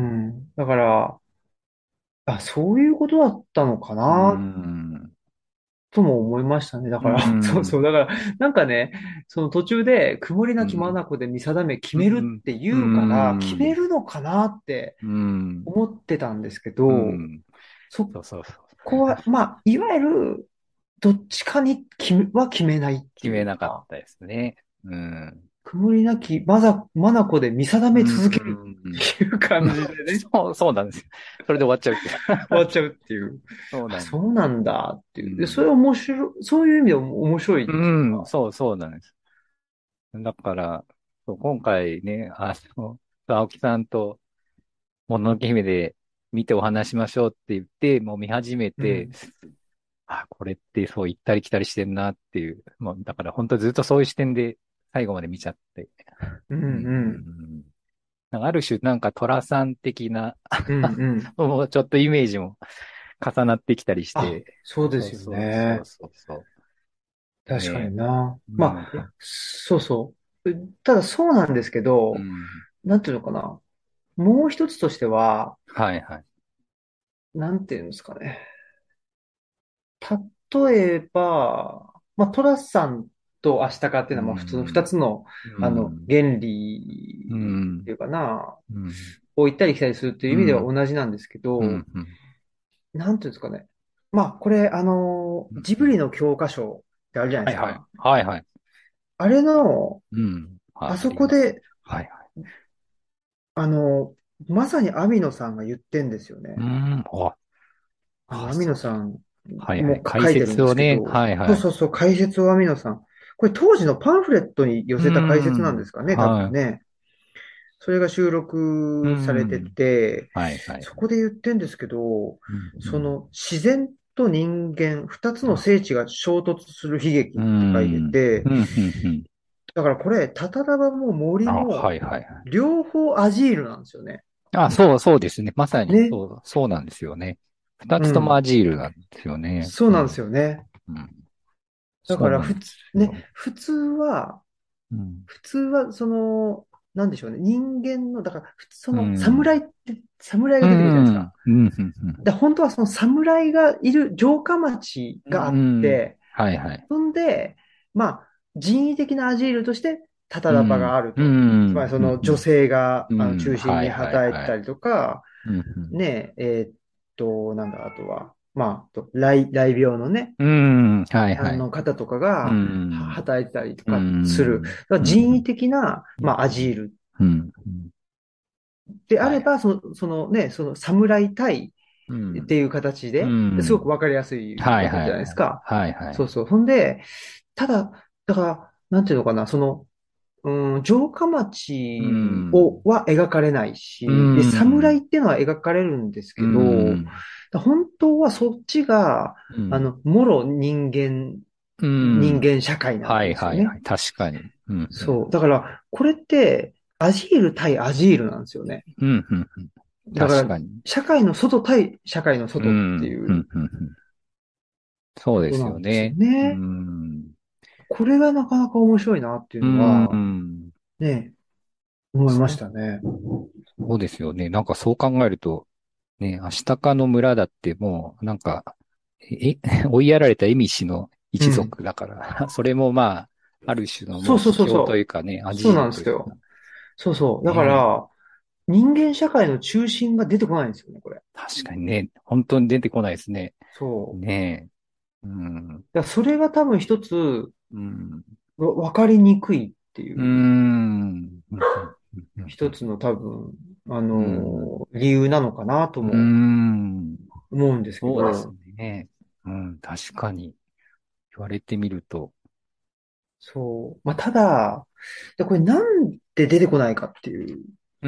S1: だから、そういうことだったのか
S2: う
S1: な、
S2: ん。
S1: とも思いましたね。だ
S2: う
S1: から、そうそう。
S2: ん。
S1: だから、なんかね、その途中で、曇りなき
S2: うん。
S1: 眼で見定め決めるっ
S2: うん。
S1: て
S2: う
S1: 言うから、決め
S2: ん。
S1: るのかなって
S2: うん。
S1: 思ってたんですけ
S2: う
S1: ど、
S2: ん。
S1: そ
S2: そうそうそう。
S1: こは、まあ、いわゆる、どっちかに決めないって
S2: 決めなかっ
S1: いうか、
S2: たですね。うん。
S1: 曇りなき眼で見定
S2: う
S1: め続ける
S2: ん。
S1: っていう感じでね、
S2: そうなんですよ。それで終わっちゃうっていう。
S1: 終わっちゃうっていう。
S2: そうなんです。
S1: そうなんだっていう。で、それ
S2: うん。
S1: 面白い、そういう意味でも面白いっていう
S2: うん、
S1: か。
S2: そうなんです。だから、今回ね、青木さんともののけ姫で見てお話しましょうって言って、もう見始めて、
S1: うん。
S2: これってそう行ったり来たりしてんなっていう、もうだから本当ずっとそういう視点で最後まで見ちゃって。
S1: うん
S2: うんうんう
S1: うん。
S2: んなんかある種なんか寅さん的な
S1: うんうん。
S2: もうちょっとイメージも重なってきたりし
S1: あ、
S2: て、
S1: そうですよ
S2: そう
S1: ね。
S2: そうそう。
S1: 確かに
S2: ね
S1: な。
S2: うん、
S1: まあ、そうそう。ただそうなんですけど、
S2: うん、
S1: なんていうのかな。 もう一つとしては、
S2: はいはい。
S1: なんていうんですかね。例えば、まあ、トラさんとアシタカっていう
S2: う
S1: のは、まあ、普通の二
S2: ん。
S1: つの、
S2: うん。
S1: 原
S2: う
S1: 理って
S2: ん。
S1: いうかな、
S2: うん。
S1: を行ったり来たりするっていう意味では
S2: うん。
S1: 同じなんですけど、
S2: うん。うん。
S1: なんていうんですかね。まあ、これ、ジブリの教科書ってあるじゃないで
S2: はいはい。
S1: すか。
S2: はいはい。
S1: あれの、
S2: うん。
S1: あ
S2: あります。
S1: そこで、
S2: はいはい。
S1: あの、まさに網野さんが言ってんですよね。
S2: うん。
S1: 網野
S2: そう。
S1: さん
S2: はいはい。
S1: も
S2: 解
S1: 書いてるんです
S2: 説をね。
S1: けど、
S2: はいはい。
S1: そうそうそう、解説を網野さん。これ当時のパンフレットに寄
S2: う
S1: せた解説なんで
S2: ん。
S1: すかね、多分
S2: は
S1: ね。それが収
S2: い。う
S1: 録されて
S2: ん。
S1: て、
S2: はいはい。
S1: そこで言ってんですけど、
S2: うん。うん。
S1: その自然と人間、二つの聖地が衝突する悲劇
S2: う
S1: って書いて
S2: ん。
S1: て、
S2: うん。うん。
S1: だからこれ、タタラバも森
S2: あ、
S1: も、
S2: はいはい。
S1: 両方アジールなんですよね。
S2: あ、そうですね。まさに、
S1: ね。
S2: そうなんですよね。二つともア
S1: うん。
S2: ジールなんですよね。
S1: そうなんです
S2: うん。
S1: よね。
S2: うん。
S1: だ
S2: そうなんで
S1: から
S2: すよ。
S1: ね、
S2: うん。
S1: 普通は、なんでしょうね、人間の、だから、
S2: うん。
S1: 侍
S2: う
S1: が出てくるじゃないです
S2: ん。
S1: か。
S2: うん。うん。
S1: 本当はその侍がいる城下町
S2: う
S1: があっ
S2: ん。
S1: て、
S2: はいはい。
S1: そんで、まあ、人為的なアジールとして、タタラパが
S2: うん。
S1: ある
S2: う
S1: と。つまり
S2: ん。うん。
S1: その女性が
S2: うん。
S1: 中心に
S2: はいはいはい。
S1: 働いてたりとか、
S2: うん。
S1: ね、なんだ、あとは、まあ、雷病のね、
S2: うん。はいはい。
S1: 方とか
S2: う
S1: が
S2: ん。
S1: 働いてたりと
S2: う
S1: かする。
S2: ん。
S1: だから
S2: うん。
S1: 人為的な、まあ、アジール
S2: うん。はい。
S1: であれば、その侍対
S2: うん。
S1: っていう形
S2: う
S1: ですごく
S2: ん。
S1: わかりやすい
S2: はい
S1: わけじゃないです
S2: はいはい。
S1: か。
S2: はいはい。
S1: そうそう。ほんで、ただ、だから、なんていうのかな、城下
S2: う
S1: 町
S2: ん。
S1: は描かれない
S2: う
S1: し、で、侍
S2: ん。
S1: っていうのは描かれるんです
S2: う
S1: けど、
S2: ん。
S1: 本当はそっちが、
S2: うん。
S1: もろ
S2: う
S1: 人
S2: ん。
S1: 間社会なわ
S2: は
S1: けですよね。
S2: いはいはい。確かに。うん。うん。
S1: そう。だから、これって、アジール対アジールなんですよね。
S2: うん。うん。うん。
S1: だから、
S2: 確かに。
S1: 社会の外対社会の外って
S2: うん。うん。
S1: いう
S2: うん。うん。そうで
S1: こと
S2: す
S1: なんですよ
S2: よね。う
S1: ね。
S2: ん。
S1: これがなかなか面白いなっていう
S2: う
S1: のは、
S2: ん。
S1: ね、思いまし
S2: そう、
S1: たね。
S2: そうですよね。なんかそう考えると、ね、アシタカの村だってもう、なんか、追いやられたエミシの一
S1: うん。
S2: 族だから、それもまあ、ある種のもう
S1: そうそう
S2: 秘境とい
S1: そうそう。
S2: うかね、ア
S1: そうな
S2: ジール
S1: んですよ。
S2: というか、
S1: そうそう。だか
S2: ね、
S1: ら、人間社会の中心が出てこないんですよね、これ。
S2: 確かにね、本当に出てこないですね。
S1: そう。
S2: ねえ、うん、
S1: だからそれが多分一つ、
S2: うん、
S1: わかりにくいってい
S2: う
S1: う、
S2: ん、うん、
S1: 一つの多分、
S2: うん、
S1: 理由なのかなと
S2: う
S1: も
S2: ん、
S1: 思うんですけ
S2: そうです
S1: ど、
S2: ね。うん、確かに言われてみると、
S1: そう。まあ、ただ、これなんで出てこないかっていう
S2: うん、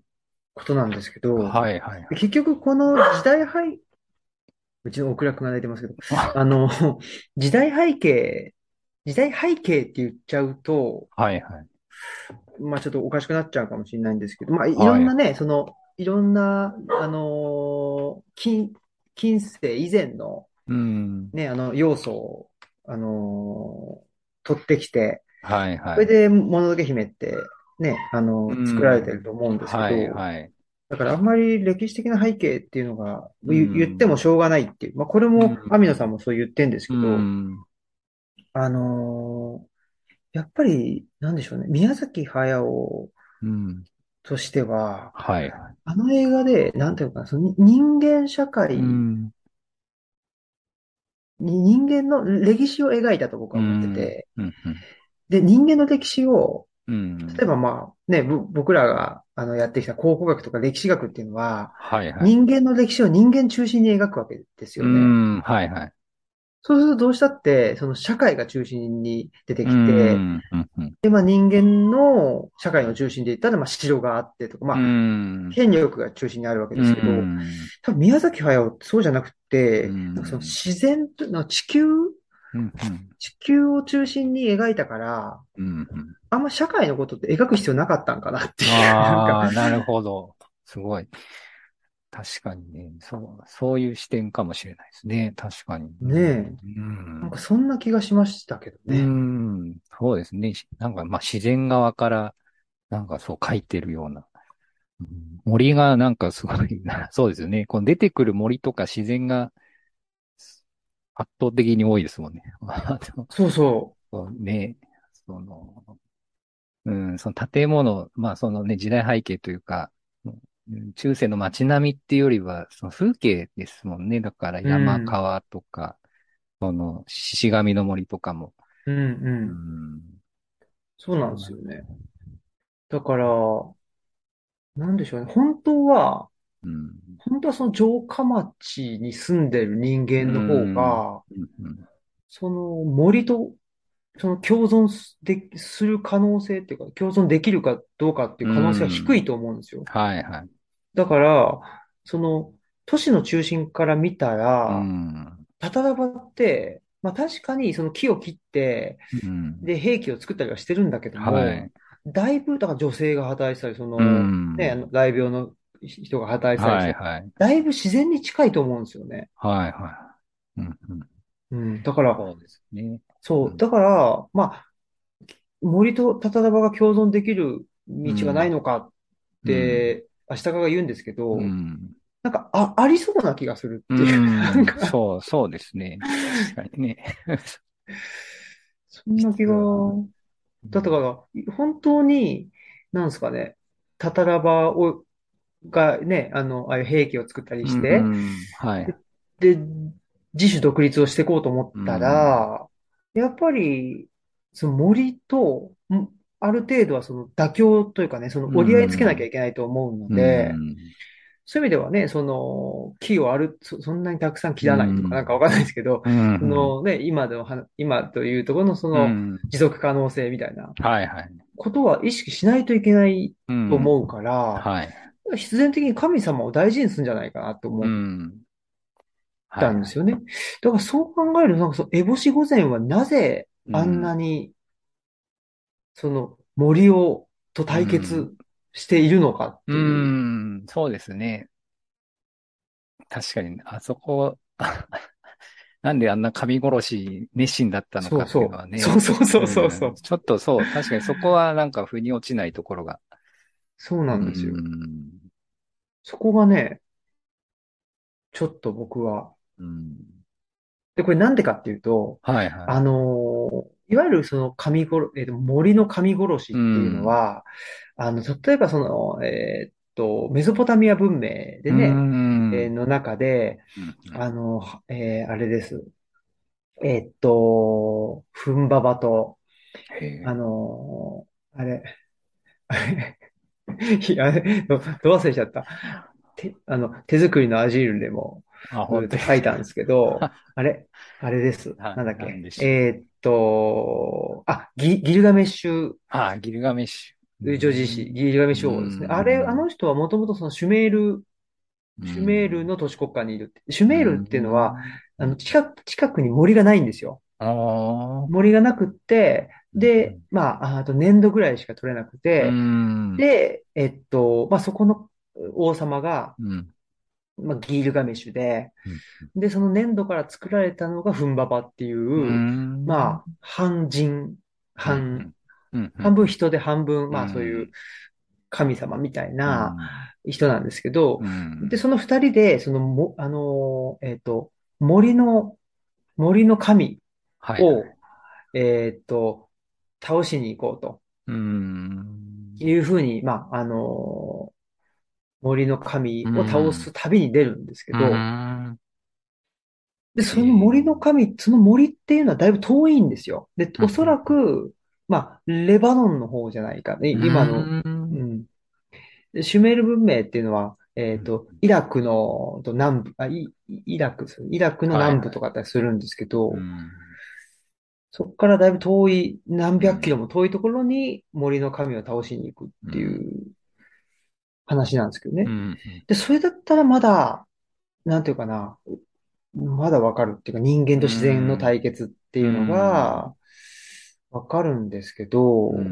S1: ことなんですけど、
S2: はいはいはい。
S1: 結局このうちのオクラくんが泣いてますけど、
S2: あ、
S1: あの、時代背景、時代背景って言っちゃうと、
S2: はいはい。
S1: まあちょっとおかしくなっちゃうかもしれないんですけど、まあいろ
S2: はい。
S1: んなね、いろんな、近世以前の
S2: うん。
S1: ね、要素を、取ってきて、
S2: はいはい。
S1: それで、もののけ姫って、ね、
S2: う
S1: 作られて
S2: ん。
S1: ると思うんですけ
S2: はい
S1: ど、
S2: はい。
S1: だからあんまり歴史的な背景っていうのが
S2: う
S1: 言っても
S2: ん。
S1: しょうがないっていう、まあこれ
S2: う
S1: も、網野さん
S2: ん。
S1: もそう言ってんです
S2: う
S1: けど、
S2: ん。
S1: あのーやっぱり、なんでしょうね、宮崎駿
S2: うん。
S1: としては、
S2: はいはい。
S1: あの映画で、なんていうのかな、人間社
S2: う
S1: 会
S2: ん。
S1: 人間の歴史を描いたと僕
S2: う
S1: は思って
S2: ん。
S1: て、
S2: うん。うん。
S1: で、人間の歴史を、
S2: うん。
S1: 例えばまあね、僕らがやってきた考古学とか歴史学っていうのは、
S2: はいはい。
S1: 人間の歴史を人間中心に描くわけです
S2: う
S1: よね。
S2: ん。はいはい。
S1: そうするとどうしたって、その社会が中心に出て
S2: う
S1: きて、
S2: ん。うん。うん。
S1: で、まあ人間の社会の中心で言ったら、まあ城があってとか、ま
S2: う
S1: あ
S2: ん。
S1: 権力が中心にあるわけ
S2: う
S1: ですけど、
S2: ん。
S1: 多分宮崎駿ってそうじゃなく
S2: う
S1: て、なんかその
S2: ん。
S1: 自然と、なんか
S2: うん。
S1: 地球を中心に描いたから、
S2: うん。
S1: あんま社会のことって描く必要なかったんかなっていう、なんか、
S2: ああ、なるほど。すごい。確かにね、そういう視点かもしれないですね。確かに。
S1: ねえ、
S2: うん。
S1: なんかそんな気がしましたけど
S2: う
S1: ね。
S2: ん。そうですね。なんか、まあ、自然側から、なんかそう書いてるような。 森がなんかすごいな、そうですよね。この出てくる森とか自然が圧倒的に多いですもんね。
S1: そうそ
S2: そうね、その、その建物、まあそのね、時代背景というか、中世の街並みっていうよりは、その風景ですもんね。だから
S1: う。う
S2: 山、
S1: ん。
S2: 川とか、その獅子神の森とかも。
S1: うん、う
S2: う
S1: ん。
S2: ん。
S1: そうなんで
S2: そうなんだ。
S1: すよね。だから、なんでしょうね。
S2: うん。
S1: 本当はその城下町に住んでる人
S2: う
S1: 間の方
S2: ん。
S1: が、
S2: うん。
S1: その森とそのする可能性っていうか、共存できるかどうかっていう
S2: う
S1: 可能性は低
S2: ん。
S1: いと思うんですよ。
S2: はいはい。
S1: だから、その都市の中心から見た
S2: う
S1: ら、
S2: ん。
S1: タタラバって、まあ確かにその木を切って、
S2: うん。
S1: で、兵器を作ったりはしてるんだけども、
S2: はい。
S1: だいぶ、だから女性が働いてたり、そ
S2: う
S1: の、ね、
S2: ん。
S1: 大病の人が働いてたりして、
S2: はいはい。
S1: だいぶ自然に近いと思うんですよね。
S2: はいはい。うん。うん。
S1: うん。だから、
S2: そうですね。う
S1: そう。
S2: ん。
S1: だから、まあ、森とタタラバが共存できる道がない
S2: うん。
S1: のかっ
S2: うん。
S1: て、足利が言うんですけ
S2: う
S1: ど、
S2: ん。
S1: なんか、ありそうな気がする
S2: う
S1: っていう。なん
S2: ん。
S1: か、
S2: そうですね。確かにね。
S1: そんな気が、
S2: 実は。うん。
S1: だから、本当に、なんですかね、タタラバがね、ああいう兵器を作ったり
S2: う
S1: して、
S2: ん。はい。
S1: で、自主独立をしていこうと思
S2: う
S1: った
S2: ん。
S1: ら、やっぱり、その森と、ある程度はその妥協というかね、その
S2: う
S1: 折り合いつけなきゃ
S2: ん。
S1: いけないと思うの
S2: う
S1: で、
S2: ん。
S1: そういう意味ではね、その木をそんなにたくさん切
S2: う
S1: らないとかなんかわかん
S2: ん。
S1: ないですけど、
S2: うん。
S1: そのね、今というところのその
S2: うん。
S1: 持続可能性みたいな
S2: はいはい。
S1: ことは意識しないといけない
S2: うん。
S1: と思うから、
S2: はい。
S1: 必然的に神様を大事にするんじゃないかなと
S2: う
S1: 思っ
S2: ん。はいはい。
S1: たんですよね。だからそう考えると、なんかその烏帽子御前はなぜあんな
S2: うん。
S1: にその森と
S2: うん。
S1: 対決しているのかっ
S2: う
S1: ていう。
S2: ん。そうですね。確かに、あそこ、なんであんな神殺し熱心だったのかっていうの
S1: そうそう。そ
S2: はね、
S1: うそうそうそうそ
S2: うん。
S1: う。
S2: ちょっとそう、確かにそこはなんか腑に落ちないところが。
S1: そう
S2: う
S1: なんですよ。
S2: ん。
S1: そこがね、ちょっと僕は。
S2: うん。
S1: で、これなんでかっていうと、
S2: はいはい。
S1: いわゆるその森の神殺し
S2: う
S1: っていうの
S2: ん。
S1: は、例えばその、メソポタミア文明で
S2: う
S1: ね、
S2: ん。
S1: の中で、
S2: うん。
S1: あれです。フンババと、
S2: へ
S1: あ
S2: え。
S1: のあれ、あれ、いや、ど忘れちゃった。手作りのアジールでも、
S2: あ、本当ですか。
S1: 書いたんですけど、あれです。なんだっけ。
S2: なんでしょう。
S1: ギルガメッシュ
S2: あ、ギルガメッシュ。う
S1: 女子誌、
S2: ん。
S1: ギルガメッ
S2: う
S1: シュ王ですね。あ
S2: ん。
S1: の人はもともとその
S2: う
S1: シュメール
S2: ん。
S1: の都市国家にいるって。シュ
S2: う
S1: メールっていうのは、
S2: ん。うん。
S1: 近くに森がないんですよ。
S2: ああ。
S1: 森がなくって、
S2: うん。
S1: で、まあ、あと粘土ぐらいしか取れなく
S2: う
S1: て、
S2: ん。
S1: で、まあ、そこの王様が、
S2: うん。
S1: まあ、ギルガメッシュで、
S2: うん。
S1: で、その粘土から作られたのがフンババってい
S2: う
S1: う、
S2: ん。
S1: まあ、半人、
S2: うん。うん。
S1: 半分人で半分、
S2: う
S1: まあそういう
S2: ん。
S1: 神様みたいな
S2: うん。
S1: 人なんですけど、
S2: う
S1: で、
S2: ん。
S1: その二人で、そのも、森森の神
S2: はいはい。
S1: を、えっと、倒しに行こうと
S2: うん。
S1: いうふうに、まあ、森の
S2: う
S1: 神を倒
S2: ん。
S1: す旅に出るんですけ
S2: う
S1: ど、
S2: ん。
S1: で、
S2: へえ。
S1: その森っていうのはだいぶ遠いんですよ。で、
S2: うん。
S1: おそらく、まあ、レバノンの方じゃないかね、
S2: う
S1: 今の、
S2: ん。
S1: うん。でシュメール文明っていうのは、
S2: うん。
S1: イラクの南部、イラクの南部と
S2: はいはい。
S1: かあったりするんですけど、
S2: うん。
S1: そこからだいぶ遠い、何
S2: うん。
S1: 百キロも遠いところに森の神を倒しに行くっ
S2: うん。
S1: ていう話なんですけどね。
S2: うん。
S1: で、それだったらまだ、なんていうかな、まだわかるっていうか、人間
S2: う
S1: と自然の
S2: ん。
S1: 対決って
S2: う
S1: いうの
S2: ん。
S1: が、わかるんですけど、
S2: うん。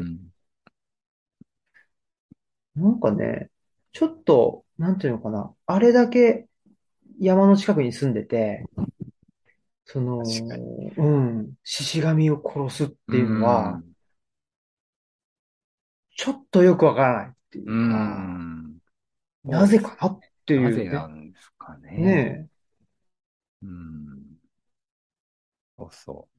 S1: なんかね、ちょっと、なんていうのかな、あれだけ山の近くに住んでて、そ
S2: 確かに。
S1: の、獅子神を殺すっ
S2: う
S1: ていうのは、
S2: ん。
S1: ちょっとよくわからないってい
S2: う
S1: うか、
S2: ん。
S1: な
S2: そうです。
S1: ぜかなって
S2: なぜ
S1: いうね。
S2: なんですかね。
S1: ねえ。っ
S2: うん。そうそう。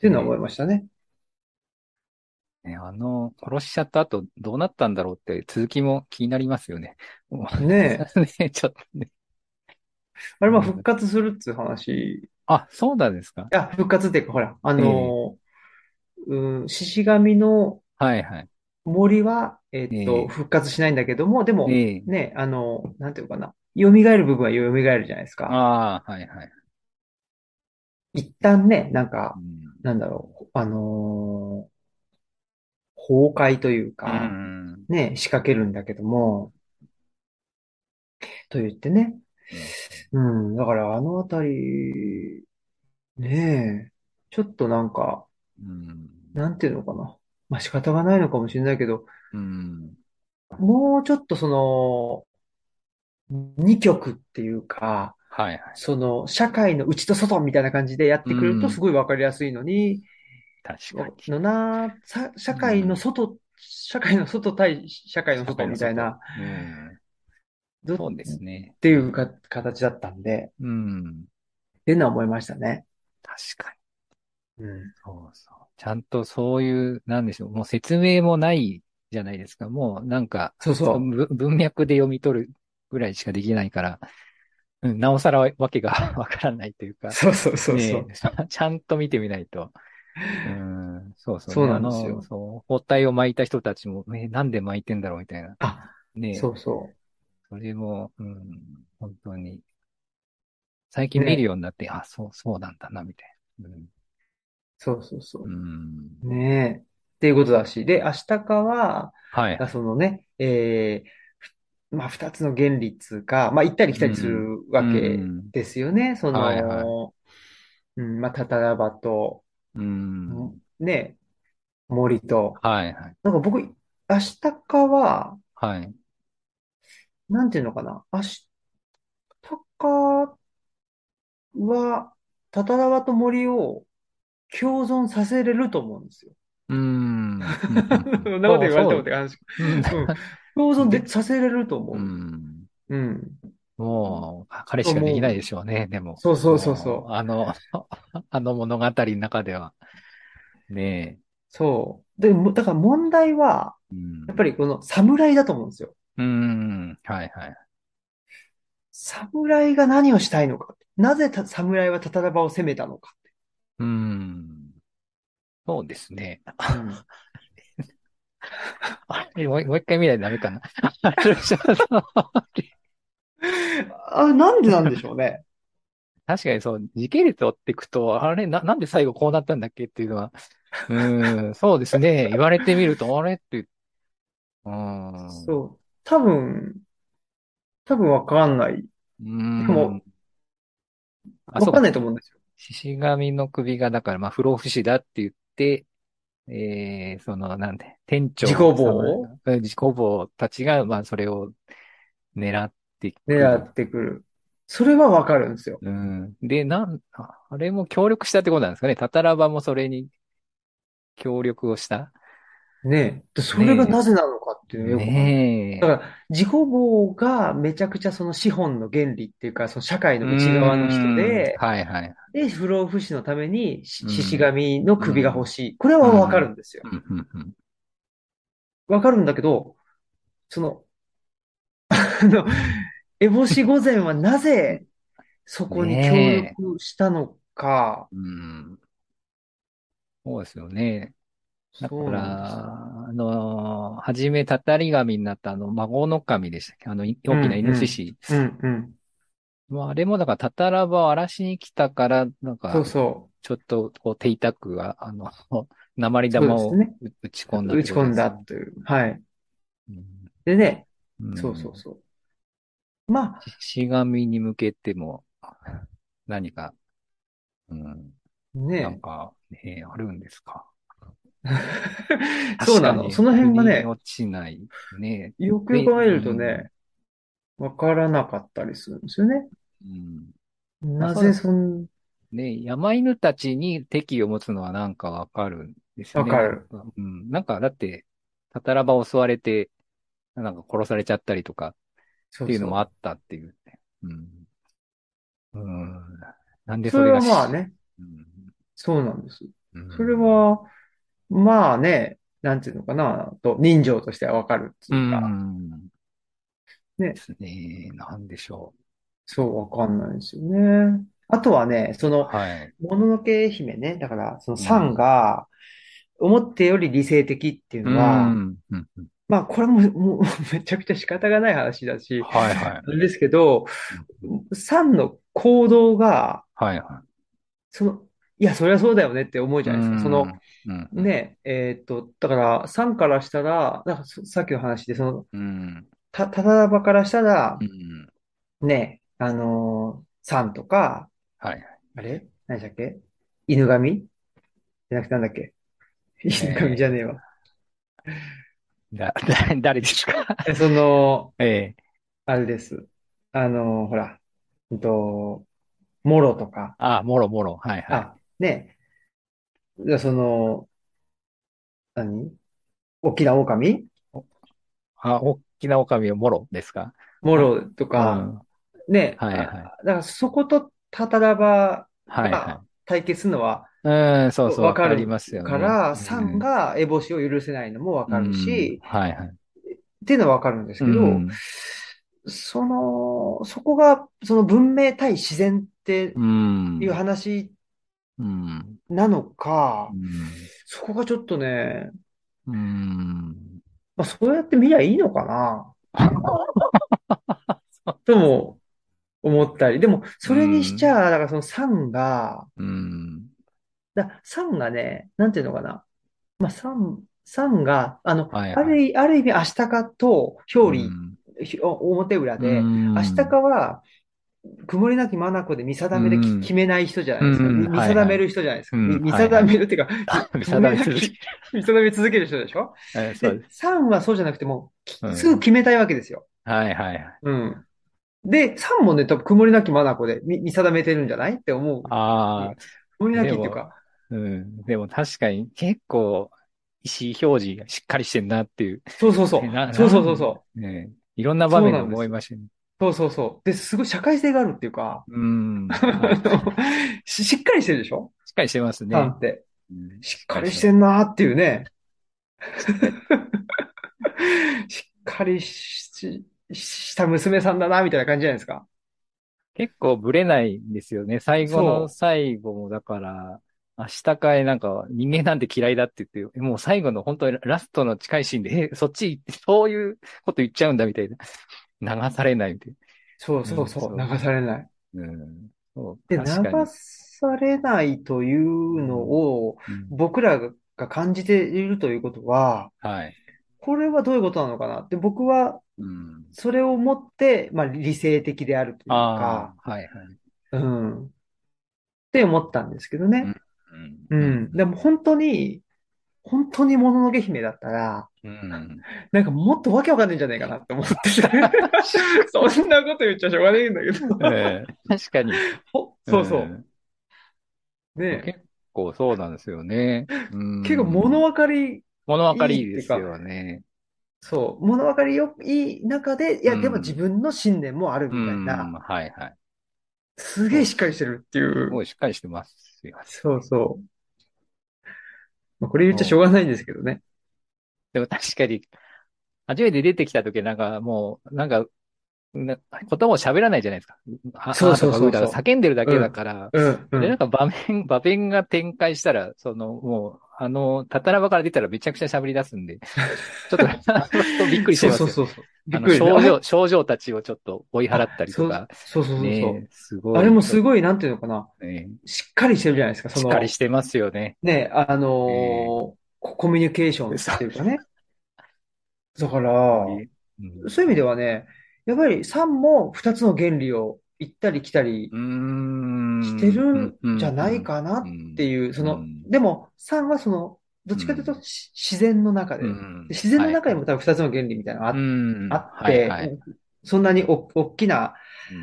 S1: ていうのは思い
S2: で、
S1: ましたね。
S2: ね、殺しちゃった後どうなったんだろうって続きも気になりますよね。も
S1: ねえ。
S2: うね、ちょっとね。
S1: あれ、まあ、復
S2: うん、
S1: 活するっていう話。
S2: あ、そうなんですか。
S1: 復活っていうか、ほら、
S2: ええ、
S1: 獅子神の
S2: はいはい。
S1: 森は、
S2: ええ、
S1: 復活しないんだけども、でも、
S2: ええ、
S1: ね、なんていうのかな。蘇る部分は蘇るじゃないですか。
S2: ああ、はいはい。
S1: 一旦ね、なんか、
S2: うん。
S1: なんだろう、崩壊という
S2: う
S1: か、
S2: ん。
S1: ね、仕掛けるんだけども、と言ってね。
S2: うん。
S1: うん、だからあのあたり、ねえ、ちょっとなんか、
S2: うん。
S1: なんていうのかな。まあ仕方がないのかもしれないけど、
S2: うん。
S1: もうちょっとその、二極っていうか、
S2: はいはい。
S1: その、社会の内と外みたいな感じでやっ
S2: う
S1: てくるとす
S2: ん。
S1: ごいわかりやすいのに、
S2: 確か
S1: 社
S2: に。う
S1: 会の
S2: ん。
S1: 外、社会の外対社会の
S2: 社会
S1: 外
S2: の外。
S1: みたいな、
S2: うん。
S1: っ
S2: そうですね。
S1: ていうか形だったんで、
S2: うん。
S1: っていうのは思いましたね。
S2: 確かに。
S1: うん。
S2: そうそう。ちゃんとそういう、なんでしょう。もう説明もないじゃないですか。もうなんか、
S1: そうそう。
S2: 文脈で読み取るぐらいしかできないから、うん、なおさらわけがわからないというか、
S1: そうそうそうそ
S2: ねえ、
S1: う。
S2: ちゃんと見てみないと。うん、そうそうね。
S1: そうなんですよ。
S2: そう、包帯を巻いた人たちも、なんで巻いてんだろうみたいな。
S1: あ、
S2: ねえ、
S1: そうそ
S2: それも、うん、本当に、最
S1: う。
S2: 近見るよ
S1: ね。
S2: うになって、あ、そうなんだな、みたいな。うん、
S1: そうそう
S2: う
S1: そ
S2: ん、
S1: う。ねえ。っていうことだし。で、明日かは、そ
S2: はいはい。
S1: のね、まあ、二つの原理っつうか、まあ、行ったり来たりす
S2: うん、
S1: る
S2: う
S1: わけ
S2: ん、
S1: ですよね。
S2: はいはい。
S1: まあ、タタラバと、
S2: うん、
S1: ね、森と。
S2: はいはい。
S1: なんか僕、明日かは、
S2: はい。
S1: なんていうのかな。明日かは、タタラバと森を共存させれると思うんですよ。
S2: うん、うん、うん、うん。
S1: そんなこと
S2: そう、
S1: 言われて
S2: そう、
S1: もって感じ。
S2: うん、
S1: うん。共存
S2: で、
S1: でさせれると
S2: う
S1: 思
S2: ん。
S1: う。うん。
S2: もう、彼しかできない
S1: と思う。
S2: でしょうね、でも。
S1: そうそうそう
S2: もう、
S1: そう。
S2: あの物語の中では。ね
S1: そう。で、だから問題は、
S2: え。う
S1: やっぱ
S2: ん。
S1: りこの侍だと思うんですよ。
S2: うん。はいはい。
S1: 侍が何をしたいのか。なぜ侍はタタラバを攻めたのか。
S2: うん。そうですね。
S1: うん。
S2: もう一回見ないとダメかな。ちょっと
S1: なんでなんでしょうね。
S2: 確かにそう、時系列を追っていくと、あれ、なんで最後こうなったんだっけっていうのは、そうですね。言われてみると、あれって、うん。う
S1: そう。多分わかんない。しか
S2: ん。
S1: も、
S2: あ、そうか。
S1: わかんないと思うんですよ。
S2: 獅子神の首が、だから、まあ、不老不死だって言って、なんで、店
S1: 自己
S2: 長様、
S1: 棒
S2: 自己坊たちが、まあ、それを狙ってくる。
S1: 狙ってくる。それはわかるんですよ。
S2: うん。で、あれも協力したってことなんですかね。タタラバもそれに協力をした。
S1: ねえ。でそれが
S2: ね
S1: なぜなのかってい
S2: え。
S1: うのがよくわかんない。だ
S2: ねえ。
S1: から、自己棒がめちゃくちゃその資本の原理っていうか、その社会
S2: うー
S1: の内側の人
S2: ん。
S1: で、
S2: はいはい。
S1: で、不老不死のために獅子
S2: うん。
S1: 神の首が欲
S2: うん。
S1: しい。これはわかる
S2: うん。
S1: んですよ。
S2: うん。うん。うん。
S1: わかるんだけど、その、あの、烏帽子御前はなぜそこに協
S2: ねえ。
S1: 力したのか。
S2: うん。そうですよね。だか
S1: そうなんですよ。
S2: ら、はじめたたり神になった孫の神でしたっけ
S1: う
S2: 大きなイ
S1: ん、うん、
S2: ノシシ。
S1: うん、うん。
S2: まあ、あれもだから、タタラバを荒らしに来たから、なんか、
S1: そうそう。
S2: ちょっと、こう、手痛くは、鉛
S1: そう
S2: 玉を
S1: ですね。
S2: 打ち込んだってこ
S1: 打ち込ん
S2: とですよね。
S1: だという。はい。
S2: うん。
S1: でね、
S2: う
S1: そうそ
S2: ん。
S1: うそう。まあ、
S2: しがみに向けても、何か、うん、なん
S1: ね。
S2: か、ね、あるんですか。
S1: そうなの。
S2: 確かに、
S1: その
S2: 腑
S1: 辺がね、
S2: に落ちないね。
S1: よくよ
S2: で、う
S1: く考えると
S2: ん、
S1: ね、わからなかったりするんですよね。
S2: うん。まあ、
S1: なぜ
S2: ね、山犬たちに敵意を持つのはなんかわかるんですよね。
S1: わかる。
S2: なんか、だって、タタラバ襲われて、なんか殺されちゃったりとか。 ていうのもあ
S1: そうそう。
S2: ったっていうね。うん。うん。なんでそ
S1: それはまあ
S2: れが
S1: ね、
S2: うん。
S1: そうなんです。
S2: う
S1: それ
S2: ん。
S1: は、まあね、なんていうのかな、人情としてはわかるって
S2: う
S1: いうか、
S2: ん。で
S1: ね、
S2: すね。なんでしょ
S1: そうわかんないですよね。あとはね、
S2: う。はい。
S1: もののけ姫ね、だから、そのサン
S2: うん。
S1: が、思ってより理性的っていう
S2: う
S1: のは、
S2: ん。うん。うん
S1: まあ、これも、もうめちゃくちゃ仕方がない話だし、
S2: はいはい。
S1: あれですけど、
S2: うん
S1: サンの行動が、
S2: はいは
S1: その、いや、そりゃそうだよねって思う
S2: い。う
S1: じゃないですか。
S2: ん。うん。
S1: ね、だから、サンからしたら、なんかさっきの話で、
S2: うん。
S1: タタラバからしたら、
S2: うん。
S1: ね、サンとか、
S2: はい。
S1: あれ何でしたっけ犬神じゃなくてなんだっけ犬神じゃねえ
S2: え
S1: わ。
S2: 誰ですか？
S1: え、
S2: ええ。
S1: あれです。ほら、モロとか、
S2: あ、もろもろ。はいはい。
S1: あ、ね、じゃあ大きな狼
S2: お大きな狼はもろですか？あ、
S1: モロとか、
S2: うん。
S1: ね、
S2: はいはい。
S1: だからそことタタラバが
S2: はいはい。
S1: 対決するのは
S2: うん、そうそう、わ
S1: わかる
S2: かりますよね。
S1: から、サン
S2: うん。
S1: が烏帽子を許せないのもわ
S2: う
S1: かる
S2: ん。
S1: し、
S2: はいはい。
S1: っていうのはわかるんです
S2: う
S1: けど、
S2: ん。
S1: そこが、その文明対自然って
S2: う
S1: いう
S2: ん。
S1: 話
S2: うん。
S1: なの
S2: う
S1: か、
S2: ん。
S1: そこがちょっとね、
S2: うん。
S1: まあ、そうやって見りゃいいのかな、とも思ったり。でも、
S2: う
S1: それにしち
S2: ん。
S1: ゃ、だからそのサンが、
S2: うん。
S1: サンがね、なんていうのかな。まあ、サンが、
S2: はいはい。
S1: ある意味、アシタカと表裏、
S2: うん。
S1: 表裏
S2: う
S1: で、アシタ
S2: ん。
S1: カは、曇りなき眼で見
S2: う
S1: 定めで決
S2: ん。
S1: めない人じゃないですか。
S2: うん。
S1: 見
S2: はいはい。
S1: 定める人じゃないですか。
S2: うん。
S1: 見
S2: はいはい。
S1: 定めるっていうか、
S2: 見
S1: 曇り
S2: 定め続ける。
S1: なき見定め続ける人でしょ。で、
S2: そうです。
S1: サンはそうじゃなくてもすぐ
S2: うん。
S1: 決めたいわけですよ。
S2: はいはいはい。
S1: うん。で、サンもね、多分曇りなき眼で見定めてるんじゃないって思う。
S2: ああ、
S1: 曇りな
S2: でも、
S1: きっていうか、
S2: うん。でも確かに結構意思表示がしっかりしてんなっていう。
S1: そうそうそう。そうそうそうそう。
S2: ね、いろんな場面で
S1: そうなんですよ。
S2: 思いましたね。
S1: そうそうそう。で、すごい社会性があるっていうか、
S2: うん。はい。
S1: あのしっかりしてるでしょ
S2: しっかりしてますね。
S1: サンって。
S2: うん。
S1: しっ
S2: しっか
S1: かりし
S2: りしてます。
S1: てんなーっていうね。
S2: しっかり。
S1: しっかりした娘さんだな、みたいな感じじゃないですか。
S2: 結構ブレないんですよね。最後の
S1: そ
S2: 最後も、だから、明日かいなんか人間なんて嫌いだって言って、もう最後の本当にラストの近いシーンで、そっち行って、そういうこと言っちゃうんだみたいな。流されないみたい
S1: そう
S2: な。うん、
S1: そうそう、流
S2: そう。
S1: されない。
S2: うん。そう、
S1: で、流
S2: 確かに。
S1: されないというの
S2: うん。
S1: を
S2: うん。
S1: 僕らが感じているということは、
S2: はい。
S1: これはどういうことなのかなって僕は
S2: うん。
S1: それをもって、まあ理性的であるというか、
S2: ああ、はいはい。
S1: うん、って思ったんですけどね。
S2: うん。うん。
S1: う
S2: うん。
S1: ん。でも本当にもののけ姫だったら、
S2: うん。
S1: なんかもっとわけわかんないんじゃないかなって思っててそんなこと言っちゃしょうがないんだけど
S2: 確かに。う
S1: そうそ
S2: ん。
S1: う。ねえ。
S2: 結構そうなんですよね。う
S1: 結構物
S2: ん。
S1: 分かり
S2: 物分か
S1: い
S2: りいいです
S1: いっていうか、
S2: よね。
S1: そう、物分かりいい中で、いや、でも自
S2: うん。
S1: 分の信念もある
S2: う
S1: みたい
S2: ん。
S1: な、
S2: はいはい。
S1: すげえしっか
S2: そうそ
S1: りしてるってい
S2: う。すご
S1: う。
S2: いしっかりしてますよ
S1: そうそう。まあ、これ言っちゃしょう
S2: そう。
S1: がないんですけどね。
S2: でも確かに、初めて出てきた時なんかもう、言葉を喋らないじゃないですか。
S1: そうそう
S2: とかうーだか
S1: そうそ
S2: 叫んでるだ
S1: う。
S2: け
S1: うん。
S2: だから、
S1: うん、う
S2: で、
S1: ん。
S2: 場面が展開したら、もう、タタラバから出たらめちゃくちゃ喋り出すんで、ちょっとびっくりしちゃ
S1: そう
S2: いますよ。
S1: そうそうそう。びっくりね。あれ
S2: 症状たちをちょっと追い払ったりとか、
S1: そうそうそうそう。
S2: ねえ、すごい、
S1: あれもすごい、なんていうのかな。
S2: ね、
S1: しっかりしてるじゃないですか。
S2: しっかりしてますよね。
S1: ね、
S2: え
S1: コミュニケーションっ
S2: そう、
S1: ていうかね。だから、
S2: うん
S1: そういう意味ではね、やっぱり3も2つの原理を行ったり来たり
S2: うー
S1: して
S2: ん、うん、
S1: るん
S2: うん、う
S1: じゃない
S2: ん、
S1: かな
S2: うん、
S1: っていう、
S2: うん、
S1: でも3はどっちかというと
S2: うん、
S1: 自然の中
S2: う
S1: で、
S2: ん、
S1: 自然の
S2: はい、はい。
S1: 中にも多分2つの原理みたいなの
S2: う
S1: があ
S2: ん、はい、
S1: って、
S2: はい。
S1: そんなに大きな、
S2: うん、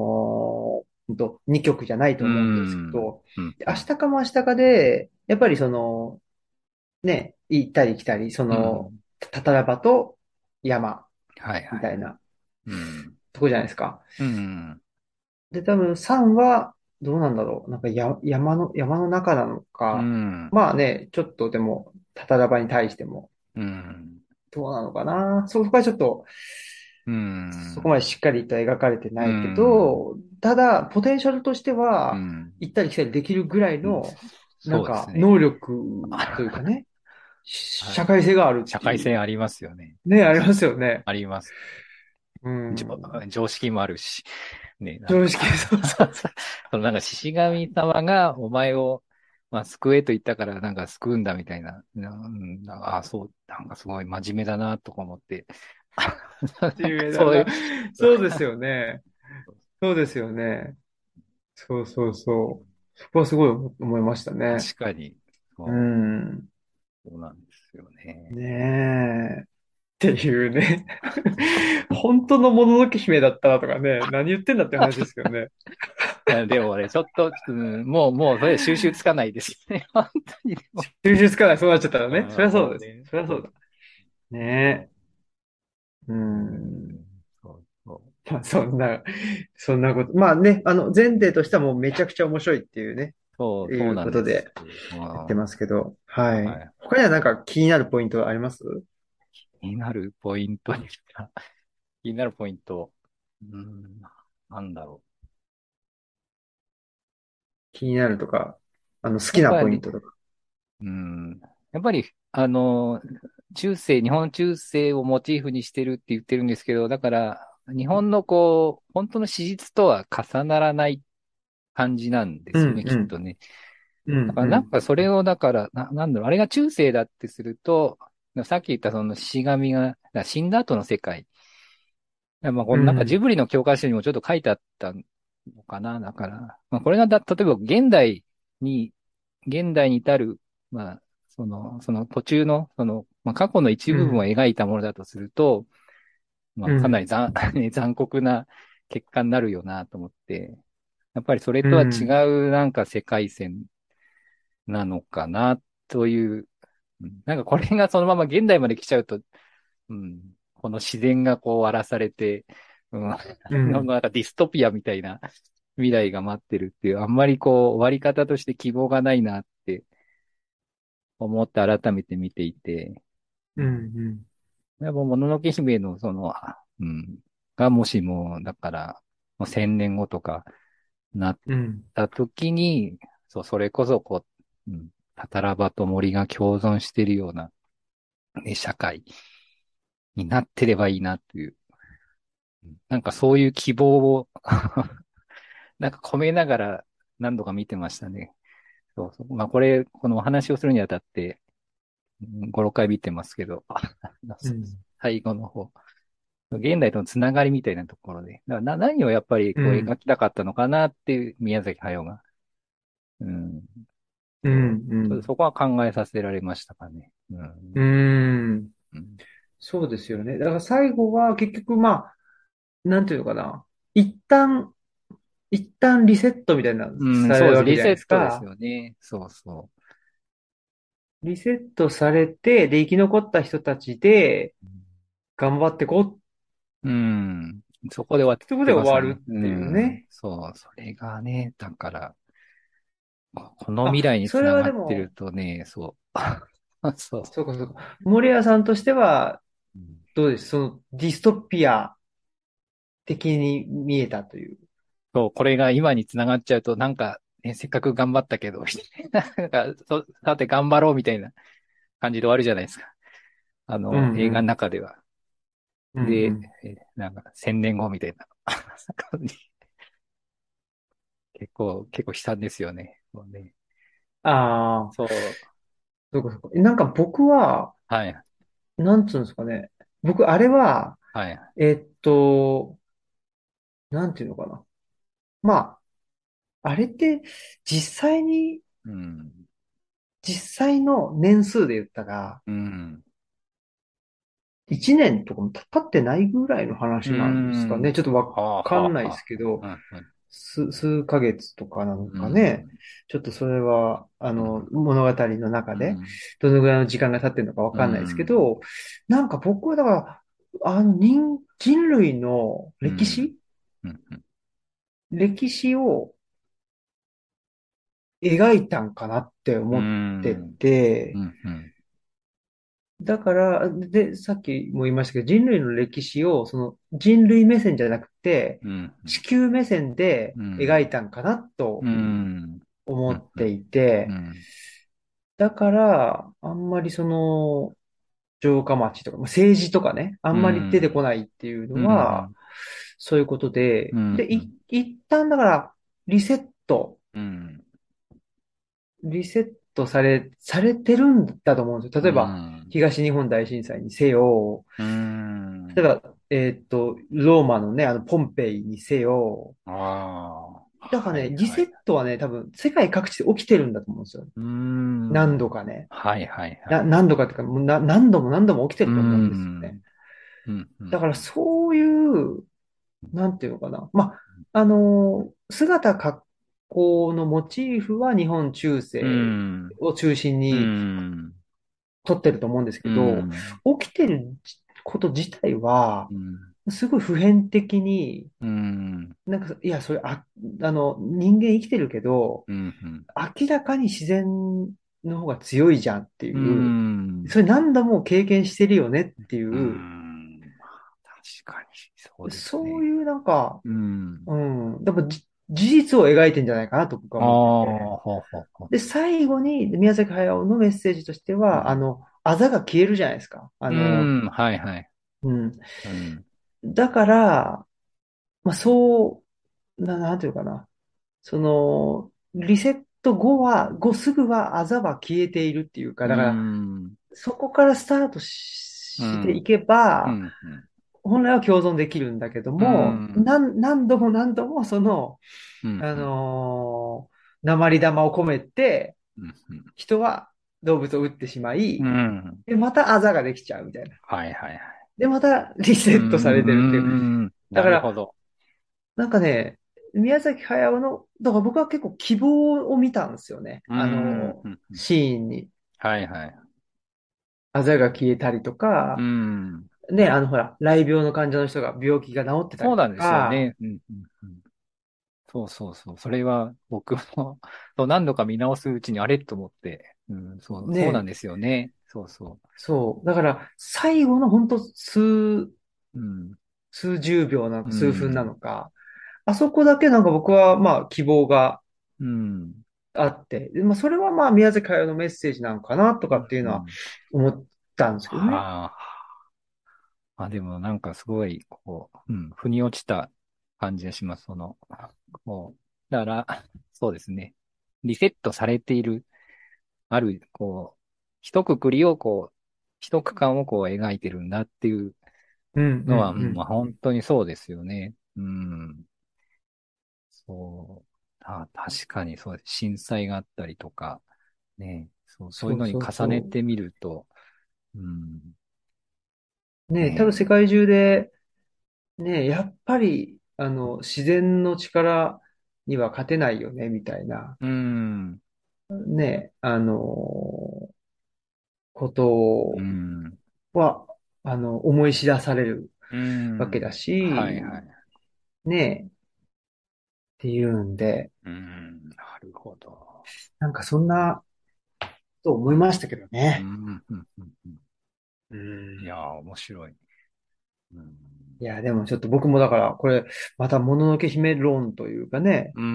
S1: 2曲じゃない
S2: う
S1: と思うんですけ
S2: ん、
S1: ど、
S2: うん、
S1: で
S2: うん、
S1: 明日かも明日かで、やっぱりね、行ったり来たり、
S2: うん、
S1: タタラバと山
S2: はい、はい。
S1: みたいな。
S2: うん、
S1: とこじゃないですか。
S2: うん。
S1: で、多分3は、どうなんだろう。なんか山の中なの
S2: う
S1: か。
S2: ん。
S1: まあね、ちょっとでも、タタラバに対しても、
S2: うん。
S1: どうなのかな。そこはちょっと、
S2: う
S1: そこまで
S2: ん。
S1: しっかりと描かれて
S2: う
S1: ないけ
S2: ん。
S1: ど、ただ、ポテンシャルとしては、
S2: うん。
S1: 行ったり来たりできるぐらい
S2: うん。
S1: の、なんか、
S2: そうですね。
S1: 能力というかね、
S2: はい。
S1: 社会性があるっ
S2: 社
S1: ていう。
S2: 会性ありますよね。
S1: ね、ありますよね。
S2: あります。
S1: うん。
S2: 常識もあるし。ね、なんか
S1: 常識、そうそうそ
S2: そのなんか獅子神様がお前を、まあ、救えと言ったから、なんか救うんだみたいな。そう、なんかすごい真面目だなとか思って。
S1: う。
S2: なんか
S1: 有名だ
S2: そういう、
S1: な。そうですよね。そうですよね。そうそうそう。そこはすごい思いましたね。
S2: 確かに、
S1: う
S2: そう、
S1: ん。
S2: そうなんですよね。
S1: ねえ。っていうね。
S2: そう。
S1: 本当のもののけ姫だったらとかね、何言ってんだって話ですけどね。
S2: いや、でもね、ちょっと、もう、それ収集つかないですよね。本当に、でも。
S1: 収集つかない、そうなっちゃったらね。そりゃそうです。
S2: もうね、
S1: そりゃそうだ。
S2: そう。
S1: ねえ。う
S2: う
S1: ん。
S2: ん、そうそう。
S1: まあ、そんなこと。まあね、前提としてはもうめちゃくちゃ面白いっていうね、
S2: そう
S1: いう
S2: なんです。
S1: ことで
S2: うん、
S1: やってますけど。はい。
S2: はい。
S1: 他にはなんか気になるポイントあります？
S2: 気になるポイントですか？気になるポイント。うん、なんだろ
S1: 気になるとか、好
S2: う。や
S1: きな
S2: っぱり、
S1: ポイントとか。
S2: うん、やっぱり、日本中世をモチーフにしてるって言ってるんですけど、だから、日本のこう、本当の史実とは重ならない感じなんで
S1: う
S2: すよね、
S1: んうん。
S2: きっとね。
S1: うんうん。
S2: だからなんかそれを、だから、なんだろう、あれが中世だってすると、さっき言ったその死神が、だから死んだ後の世界。まあ、このなんかジ
S1: うん。
S2: ブリの教科書にもちょっと書いてあったのかな。だから、まあ、これが例えばに、現代に至る、まあ、その途中の、まあ、過去の一部分を
S1: うん。
S2: 描いたものだとすると、まあ、かなり
S1: うん。
S2: ね残酷な結果になるよなと思って、やっぱりそれ
S1: う
S2: とは違
S1: ん。
S2: うなんか世界線なのかなという、なんかこれがそのまま現代まで来ちゃうと、この自然がこう荒らされて、
S1: うん。
S2: なんかディストピアみたいな未来が待ってるっていう、あんまりこう終わり方として希望がないなって思って改めて見ていて、う
S1: うん。
S2: ん、
S1: うん。
S2: やっぱもののけ姫のがもしも、だから、もう千年後とかなっ
S1: うん。
S2: た時に、そう、それこそこう、タタラバと森が共存しているような、ね、社会になってればいいなという、なんかそういう希望をなんか込めながら何度か見てましたね。そうそう。まあこのお話をするにあたって、5、6回見てますけど、
S1: うん。
S2: 最後の方。現代とのつながりみたいなところで。だから何をやっぱりこう描
S1: うん。
S2: きたかったのかなっていう宮崎駿が。うん。
S1: う
S2: そう。ちょっと
S1: ん。
S2: そこは考えさせられましたかね。
S1: うん。
S2: うん。
S1: そうですよね。だから最後は結局まあ、なんていうのかな。一旦リセットみたいなの
S2: うん、
S1: され
S2: そうです。
S1: るわけじゃない
S2: リセットです
S1: ですか。
S2: よね。そうそ
S1: リセットされて、で、生き残った人たちで
S2: う。
S1: 頑張ってこうっ
S2: うん。そこで終わっ
S1: てことで
S2: てますよね。
S1: 終わるっていうね。
S2: そう。それがね、だから、この未
S1: あ、
S2: 来につ
S1: それは
S2: ながってる
S1: でも、
S2: とね、そう。そう。
S1: そうかそうか。森谷さんとしては、
S2: うん、
S1: どうですそのディストピア的に見えたという。
S2: そう、これが今につながっちゃうと、なんか、ね、せっかく頑張ったけど、なんか、さて頑張ろうみたいな感じで終わるじゃないですか。
S1: うん
S2: 映画の
S1: うん。
S2: 中では。で、
S1: うん
S2: なんか、千年後みたいな感じ。結構悲惨ですよね。もうね。
S1: ああ、
S2: そう。
S1: そうかそうか。なんか僕は、
S2: はい。
S1: なんつうんですかね。僕、あれは、
S2: はい。
S1: えっと、なんていうのかな。まあ、あれって、実際に、
S2: うん。
S1: 実際の年数で言ったら、
S2: うん。
S1: 1年とかも経ってないぐらいの
S2: う
S1: 話なんですか
S2: ん。
S1: ね。ちょっとわ
S2: はあ、はあ、
S1: かんないです
S2: は
S1: けど、
S2: あ。うん。
S1: 数ヶ月とかなの
S2: う
S1: かね。
S2: ん。
S1: ちょっとそれは、
S2: うん。
S1: 物語の中で、
S2: うん。
S1: どのぐらいの時間が経ってるのかわ
S2: う
S1: かんないですけ
S2: ん。
S1: ど、なんか僕はだから、 人類の
S2: うん。
S1: 歴史
S2: うん。うん。
S1: 歴史を描いたんかなって
S2: う
S1: 思って
S2: ん。
S1: て、
S2: うん。うん。
S1: だから、で、さっきも言いましたけど、人類の歴史を、その人類目線じゃなくて、
S2: うん。
S1: 地球目線で
S2: うん。
S1: 描いたんかな
S2: う
S1: と
S2: ん。うん。
S1: 思っていて、
S2: うん。
S1: だから、あんまりその、城下町とか、まあ政治とかね、あ
S2: う
S1: んまり出てこ
S2: ん。
S1: ないっていう
S2: う
S1: のは、
S2: ん。
S1: そういうことで、
S2: うん。うん。
S1: 一旦だから、リセット、
S2: うん。
S1: リセットされてるんだと思うんですよ。
S2: う
S1: 例えば、
S2: ん。
S1: 東日本大震災にせよ、
S2: うん。
S1: 例えば、ローマのね、ポンペイにせよ、
S2: ああ、
S1: だからね、リセ
S2: はいはい。
S1: ットはね、多分、世界各地で起きてるんだと思うんですよ。
S2: うーん。
S1: 何度かね。
S2: はいはいはい。
S1: 何度かっていうか、もう何度も何度も起きて
S2: うー
S1: ると思うんですよね。
S2: ん。うん、うん、
S1: だから、
S2: うん。
S1: そういう、なんていうのかな。まあ、姿格好のモチーフは日本中
S2: う
S1: 世
S2: ん、
S1: を中心
S2: う
S1: に
S2: ん、
S1: 撮ってると思うんです
S2: う
S1: けど、
S2: ん、
S1: 起きてること自体は、
S2: うん、
S1: すごい普遍的に、
S2: うん、
S1: なんか、いや、それ、人間生きてるけど、
S2: うん、
S1: 明らかに自然の方が強いじゃんって
S2: う
S1: いう、
S2: ん、
S1: それ何度も経験してるよねってい
S2: う
S1: う、
S2: ん。確かに、そうですね。
S1: そういうなんか、
S2: うん。
S1: うん、でも事実を描いてんじゃないかなと僕は
S2: ああ、
S1: 思ってて。
S2: ほうほうほう。
S1: で、最後に宮崎駿のメッセージとしては、
S2: うん、
S1: あざが消えるじゃないですか。
S2: うん、はいはい。
S1: うん。
S2: うん、
S1: だから、まあ、なんていうのかな。その、リセット後すぐはあざは消えているっていうか、
S2: う
S1: だから、
S2: ん、
S1: そこからスタート
S2: うん、
S1: していけば、
S2: うん、うん、
S1: 本来は共存できるんだけど
S2: う
S1: も、
S2: ん、
S1: 何度も何度も
S2: うん、うん、
S1: 鉛玉を込めて、
S2: うん、
S1: 人は動物を撃ってしま
S2: う
S1: い、
S2: ん。
S1: で、またあざができちゃうみたいな。
S2: はいはいはい。
S1: で、またリ
S2: うー
S1: セットされてるっていう。
S2: ん、
S1: だから、
S2: なるほど。
S1: なんかね、宮崎駿の、だから僕は結構希望を見たんですよね。
S2: うーん、うん、うん。
S1: シーンに。
S2: はいはい。
S1: あざが消えたりと
S2: うー
S1: か、
S2: ん。
S1: ね、ほら、雷病の患者の人が病気が治ってたりと
S2: そうなんですよ
S1: か、
S2: ね。うん、うん、うん。そうそうそう。それは僕もそう何度か見直すうちにあれと思って、うん、そうなん
S1: ね、
S2: ですよね。そうそ
S1: そう。だから、最後の本当
S2: う。うん、
S1: 数十秒なの
S2: う
S1: か数分なの
S2: ん、
S1: か、あそこだけなんか僕はまあ希望が
S2: うん、
S1: あって、でまあそれはまあ宮崎駿のメッセージなのかなとか
S2: うん。
S1: っていうのは
S2: うん。
S1: 思ったんですけどね。
S2: はあ。あ、でもなんかすごい、腑に落ちた感じがします。だから、そうですね。リセットされている、ある、一括りを一区間を描いてるんだっていう
S1: うんう
S2: のは、まあ
S1: ん
S2: 本当にそうですよね。うん。そう。確かにそうです。震災があったりとか、ね、そういうのに
S1: そうそうそ
S2: 重ねてみると、うん、
S1: う。ね、多分世
S2: ね、
S1: 界中で、ね、やっぱり、自然の力には勝てないよね、みたいな、
S2: うん、
S1: ね、こと
S2: うん、
S1: は、思い知らされる
S2: うん、
S1: わけだし、
S2: はいはい。
S1: ね、っていうんで、
S2: うん、なるほど。
S1: なんかそんな、と思いましたけどね。
S2: うん、うん、うん、うん。
S1: うん。
S2: いやー、面白い。うん、
S1: いや、でもちょっと僕もだから、これ、またもののけ姫論というかね、
S2: うん。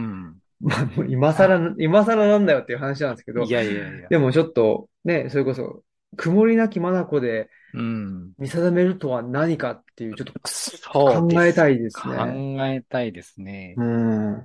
S1: まあ、もう今更なんだよっていう話なんですけど、
S2: いやいやいや。
S1: でもちょっとね、それこそ、曇りなき眼で
S2: うん。
S1: 見定めるとは何かっていう、ちょっと
S2: そうです。
S1: 考えたいです
S2: 考
S1: ね。
S2: えたいですね。
S1: うん。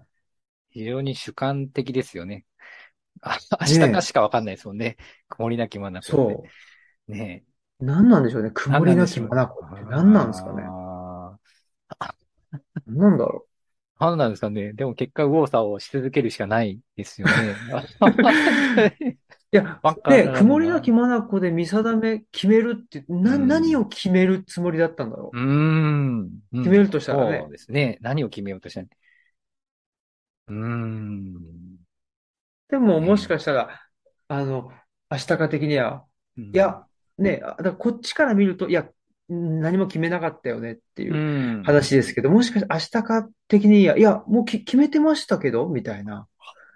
S2: 非常に主観的ですよね。明日か
S1: ねえ、
S2: しかわかんないですもんね。曇りなき眼って
S1: そ
S2: ね。
S1: う。何なんでしょうね。
S2: 何
S1: 曇りなき
S2: なんでしょう。
S1: 眼って何なんですかね。
S2: あ
S1: 何なんだろ
S2: 何なんですかね。でも結果、右往左往し続けるしかないですよね。
S1: う。いや、
S2: わか
S1: ねえ、
S2: らんな。
S1: 曇りなき眼で見定め、決めるって、
S2: う
S1: 何を
S2: ん。
S1: 決めるつもりだったんだろ
S2: うーん。う
S1: う。決め
S2: ん。
S1: るとしたらね。
S2: そうですね。何を決めようとしたの？うーん。
S1: でも、もし
S2: ね。
S1: かしたら、あの、アシタカ的には、
S2: うん。
S1: いや、ね、だからこっちから見ると、いや、 何も決めなかったよねってい
S2: う
S1: う
S2: ん。
S1: 話ですけど、もしかして明日か的に、いや、もう決めてましたけど、みたいな。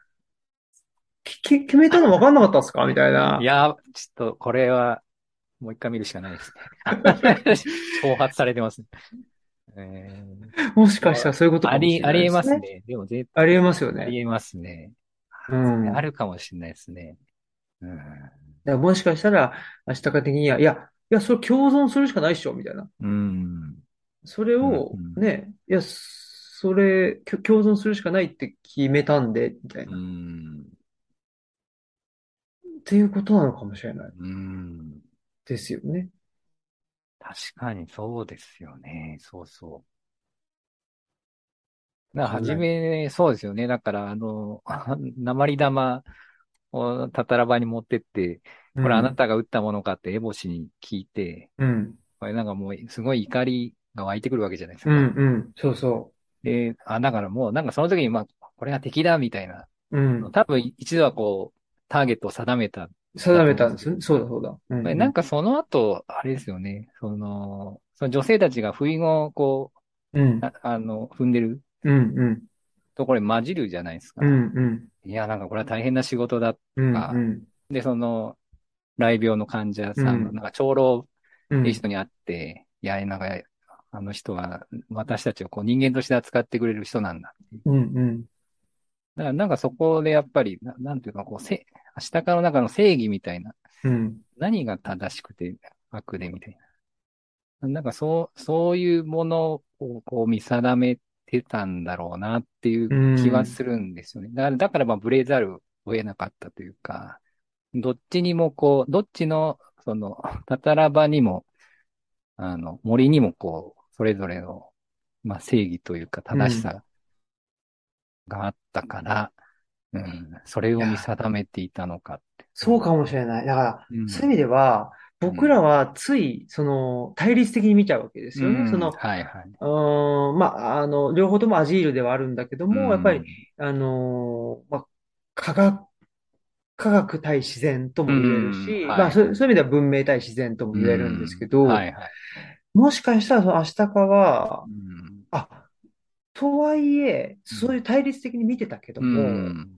S1: 決めたの分かんなかったっすかみたいな。
S2: いや、ちょっと、これは、もう一回見るしかないですね。挑発されてますね。え
S1: もしかした
S2: ー、
S1: らそういうことかもしれ
S2: ありえ
S1: ないですね。
S2: ますね。でも絶
S1: ありえますよね。
S2: ありえますね。
S1: う
S2: それあ
S1: ん。
S2: るかもしれないですね。うん。
S1: だからもしかしたら、明日か的にそれ共存するしかないっしょ、みたいな。
S2: うん。
S1: それ
S2: うん。
S1: を、ね、それ、共存するしかないって決めたんで、みたい
S2: う
S1: な。っ
S2: ん。
S1: ていうことなのかもしれない
S2: うん。
S1: ですよね。
S2: 確かにそうですよね。そうそう。
S1: わ
S2: はじ
S1: かんない。
S2: め、そうですよね。だから、鉛玉をタタラバに持ってって、これあな
S1: うん。
S2: たが撃ったものかってエボシに聞いて、
S1: うん。
S2: これなんかもうすごい怒りが湧いてくるわけじゃないです
S1: うん。
S2: か。
S1: うん。そうそ
S2: で、だからもうなんかその時に、まあ、これが敵だみたいな、
S1: う。うん。
S2: 多分一度はこう、ターゲットを定めたんだ
S1: 定
S2: と思うんですけど、
S1: めたんですよね。そうだ、そうだ。うん。うん。
S2: なんかその後、あれですよね、その女性たちが不意をこう、
S1: うん。
S2: 踏んでる
S1: うん。うん。
S2: ところに混じるじゃないです
S1: うん。
S2: か。
S1: うん。
S2: いや、なんかこれは大変な仕事だと
S1: うん。う
S2: か、
S1: ん。
S2: で、その、雷病の患者さんが、
S1: うん。
S2: なんか長老
S1: うん。
S2: っていう人に会って、いや、なんか、あの人は私たちをこう人間として扱ってくれる人なんだ。
S1: うん。うん。
S2: だからなんかそこでやっぱり、なんていうか、こう、明日からの中の正義みたいな、
S1: うん。
S2: 何が正しくて悪でみたいな。なんかそういうものをこう見定めてたんだろうなってい
S1: う
S2: う気は
S1: ん。
S2: するんですよね。だからまあブレざるを得なかったというか、どっちにもこう、どっちの、タタラバにも、森にもこう、それぞれの、まあ正義というか
S1: うん。
S2: 正しさがあったから、うん、それを見
S1: いや、
S2: 定めていたのかって。
S1: そうかもしれない。だから、
S2: うん、
S1: そういう意味では、
S2: うん、
S1: 僕らはつい、対立的に見ちゃうわけですよね。
S2: うん、はいはい。
S1: 両方ともアジールではあるんだけど
S2: う
S1: も、やっぱり、
S2: ん、
S1: 科科学対自然と
S2: う
S1: も言える
S2: ん、
S1: し、
S2: はいはい。
S1: そういう意味では文明対自然とも
S2: う
S1: 言えるんですけ
S2: ん、
S1: ど、
S2: はいはい。
S1: もしかしたらその明日かは、
S2: うん、
S1: あ、とはいえ、
S2: うん、
S1: そういう対立的に見てたけど
S2: う
S1: も、
S2: ん、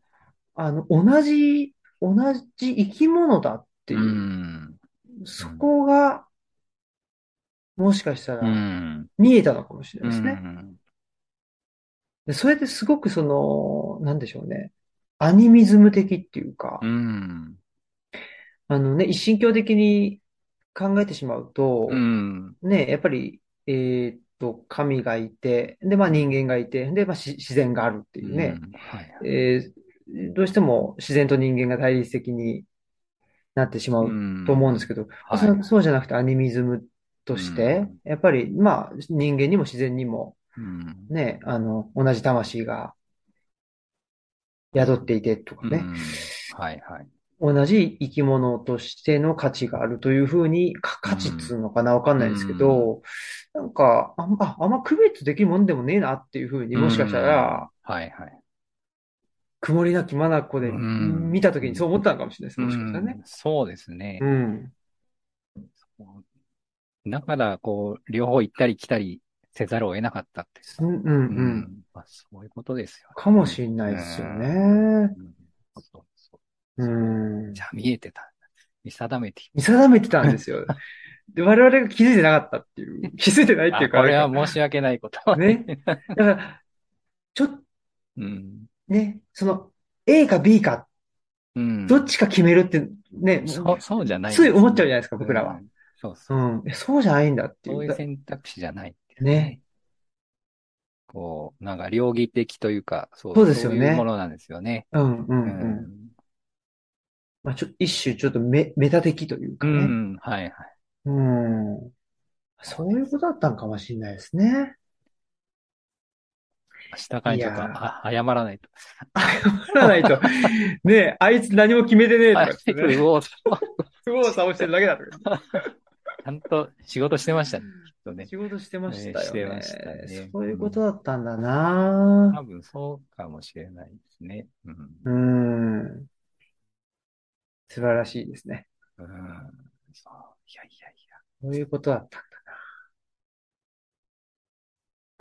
S1: 同じ生き物だって
S2: う
S1: いう、
S2: ん、う
S1: そ
S2: ん、
S1: こが、もしかした
S2: う
S1: ら
S2: ん、
S1: 見えたのかもしれな
S2: う
S1: いですね。
S2: ん、
S1: でそれってすごくなんでしょうね。アニミズム的っていう
S2: う
S1: か、
S2: ん、
S1: 一神教的に考えてしまう
S2: う
S1: と、
S2: ん、
S1: ね、やっぱり、神がいて、で、人間がいて、で、自然があるっていうね、
S2: はいはい。
S1: どうしても自然と人間が対立的になってしま
S2: う
S1: うと思うんです
S2: ん、
S1: けど、
S2: はいはい。
S1: そうじゃなくてアニミズム
S2: う
S1: として、
S2: ん、
S1: やっぱり、人間にも自然にも、
S2: うん、
S1: ね、同じ魂が宿っていてとか
S2: う
S1: ね、
S2: ん、はいはい。
S1: 同じ生き物としての価値があるというふうに、
S2: う
S1: 価値っつう
S2: ん、
S1: のかなわかん
S2: う
S1: ないですけ
S2: ん、
S1: ど、あんま区別できるもんでもねえなっていうふうに、
S2: う
S1: もしかした
S2: ん、
S1: ら、
S2: はいはい。
S1: 曇りなき眼
S2: う
S1: で見
S2: ん、
S1: たときにそう思ったのかもしれないです。
S2: う
S1: もしかしたらね。
S2: ん、そうですね。
S1: うん。
S2: だから、こう、両方行ったり来たりせざるを得なかったっていうか。
S1: うん、うん、
S2: う
S1: うん。
S2: ん。まあ、そういうことですよ
S1: かも
S2: ね。
S1: しれな
S2: う
S1: いですよ
S2: ん。
S1: ね。
S2: うんそうそう
S1: う
S2: そう。じ
S1: ん。
S2: ゃあ見えてた。見定めてい
S1: 見定めてたんですよ。で、我々が気づいてなかったっていう、気づいてないってい
S2: あ、
S1: うか、
S2: これは申し訳ないこと。
S1: ね。だから、ちょっと
S2: うん。
S1: ね、A か B か、
S2: うん。
S1: どっちか決めるってね、
S2: そうじゃない
S1: つい
S2: んですね。
S1: 思っちゃうじゃないですか、僕らは。
S2: うん。そうそう。
S1: うん。そうじゃないんだっていう。
S2: そういう選択肢じゃないです
S1: ね。
S2: ね。こう、なんか両義的というか、
S1: そうです
S2: そういうも
S1: よね。
S2: のなんですよね。
S1: うん、う
S2: う
S1: ん、うん。
S2: ん。
S1: 一種ちょっとメタ的という
S2: う
S1: かね。
S2: ん。はいはい。
S1: うん。そういうこ
S2: そうです。
S1: とだったのかもしれないですね。
S2: 明日から
S1: い
S2: にちょっと、
S1: や
S2: 謝らないと。
S1: ー、わからないと。ねえ、あいつ何も決めてねえと
S2: あ、
S1: かってね。
S2: うおー、
S1: 右往左往してるだけだとか。
S2: ちゃんと仕事してましたね、きっとね。
S1: 仕事してましたよ
S2: してました
S1: ね。
S2: ね。
S1: そういうこと
S2: うん。
S1: だったんだな。
S2: 多分そうかもしれないですね。うん。
S1: うーん。素晴らしいですね。
S2: うん。そう。いやいやいや。
S1: そういうことだった。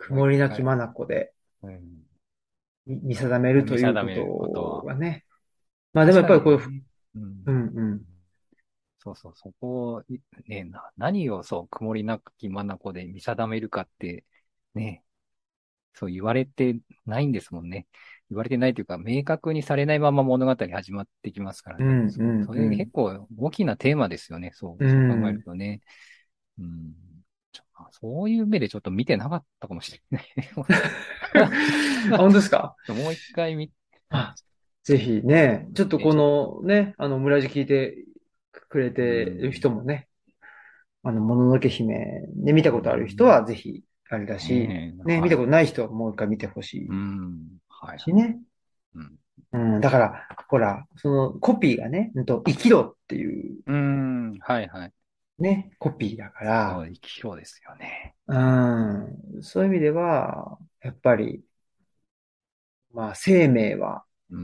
S2: もう一
S1: 曇りなき
S2: 回、
S1: 眼で
S2: うん。
S1: 見定めると
S2: 見
S1: いうこ
S2: 定めることは、
S1: とがね。まあでも
S2: 確か
S1: やっぱりこういう、
S2: にね、うん。
S1: うんうん。
S2: そうそう、そこを、ね、何をそう、曇りなき眼で見定めるかって、ね、そう言われてないんですもんね。言われてないというか、明確にされないまま物語始まってきますからね。
S1: うんう
S2: そう、それ
S1: んうん。
S2: 結構大きなテーマですよね。そ
S1: う
S2: う、そう考える
S1: ん。
S2: とね。うん。そういう目でちょっと見てなかったかもしれない。
S1: あ、本当ですか？
S2: もう一回
S1: あ、ぜひね、ちょっとこ
S2: ちょっと、
S1: のね、村路聞いてくれ
S2: う
S1: てる人
S2: ん、
S1: もね、もののけ姫で見た
S2: う
S1: ことある人は
S2: ん、
S1: ぜひ、あれだし、
S2: ねえ、
S1: ね、見
S2: はい。
S1: たことない人はもう一回見てほし
S2: う
S1: い
S2: ん、はいはい。
S1: しね。
S2: うん、
S1: うん、だから、ほら、そのコピーがね、生きろっていう
S2: うん、はいはい。
S1: ね、コピーだから、
S2: そう、生きろですよね。
S1: うん、そういう意味では、やっぱり、まあ、生命は、
S2: うん、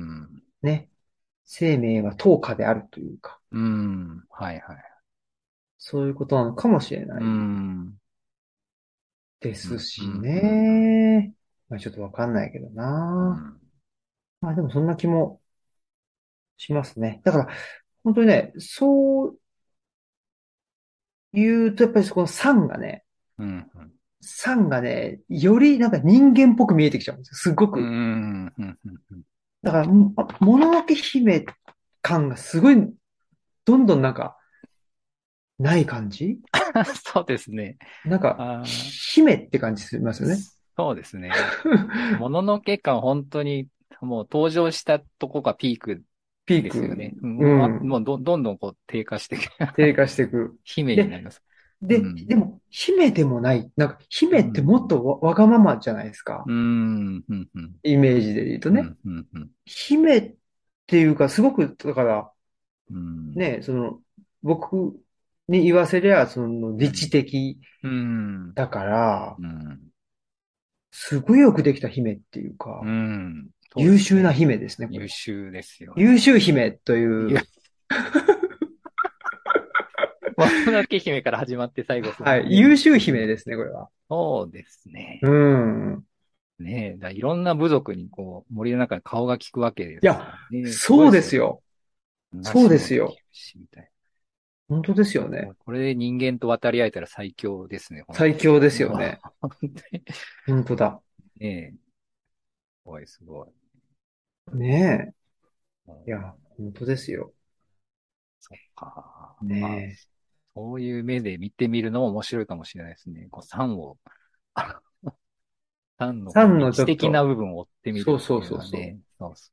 S1: ね、生命は等価であるというか、
S2: うん、はいはい。
S1: そういうことなのかもしれな
S2: う
S1: い
S2: ん、
S1: です
S2: うん、う
S1: し
S2: ん、うん、うん、
S1: ね。まあ、ちょっとわかんないけどな。
S2: うん、
S1: まあ、でもそんな気もしますね。だから、本当にね、そう言うと、やっぱりこのサンがね、
S2: うん、うん、
S1: サンがね、よりなんか人間っぽく見えてきちゃうんですよ。すご
S2: う
S1: く。
S2: ん、うん、うん。
S1: だから、もののけ姫感がすごい、どんどんなんか、ない感じ。
S2: そうですね。
S1: なんか、
S2: あ
S1: 姫って感じしますよね。
S2: そうですね。もののけ感、本当に、もう登場したとこがピーク
S1: ピーク、
S2: ですよね。
S1: う
S2: もう、も
S1: ん、
S2: うどんどんこう低下していく。
S1: 低下していく。
S2: 姫になり
S1: で、
S2: ます。うん。
S1: でも、姫でもない。なんか、姫って
S2: うん。
S1: もっとわがままじゃないですか。
S2: うん。うん。うん。
S1: イメージで言うとね。
S2: うん。うん。うん。
S1: 姫っていうか、すごく、だから、
S2: うん。
S1: ね、僕に言わせりゃ、理知
S2: うん。
S1: 的
S2: うん。
S1: だから、
S2: うん。
S1: すごいよくできた姫っていう
S2: う
S1: か、
S2: んそうで
S1: 優秀な
S2: すね。
S1: 姫ですね、これは。
S2: 優秀ですよ
S1: 優秀
S2: ね。
S1: 姫とい
S2: いや、
S1: う、
S2: もののけ姫から始まって最後、そ
S1: はい、
S2: のね、
S1: 優秀姫ですね、これは。
S2: そうです
S1: う
S2: ね。
S1: ん。
S2: ねえ、いろんな部族にこう、森の中に顔が利くわけです
S1: いや、
S2: からね。すごい
S1: そう
S2: ですよね。
S1: ですよ。そう
S2: 話もでき
S1: ですよ。
S2: るし、みたい
S1: 本当ですよ
S2: な。も
S1: ね。
S2: うこれで人間と渡り合えたら最強ですね、本
S1: 最強です
S2: 当に。もう、
S1: よね。
S2: 本当に。
S1: 本当だ。
S2: ねえ、すごい、すごい。
S1: ねえ。い
S2: うん
S1: や、本当ですよ。
S2: そっか。まあ、
S1: ね
S2: そういう目で見てみるのも面白いかもしれないですね。こう、酸を、あ酸
S1: え。
S2: のこう、
S1: サンの
S2: 歴史的な
S1: ちょっと、
S2: 部分を追ってみる
S1: そうそう
S2: っていう
S1: そうそう。
S2: のはね、そうそう。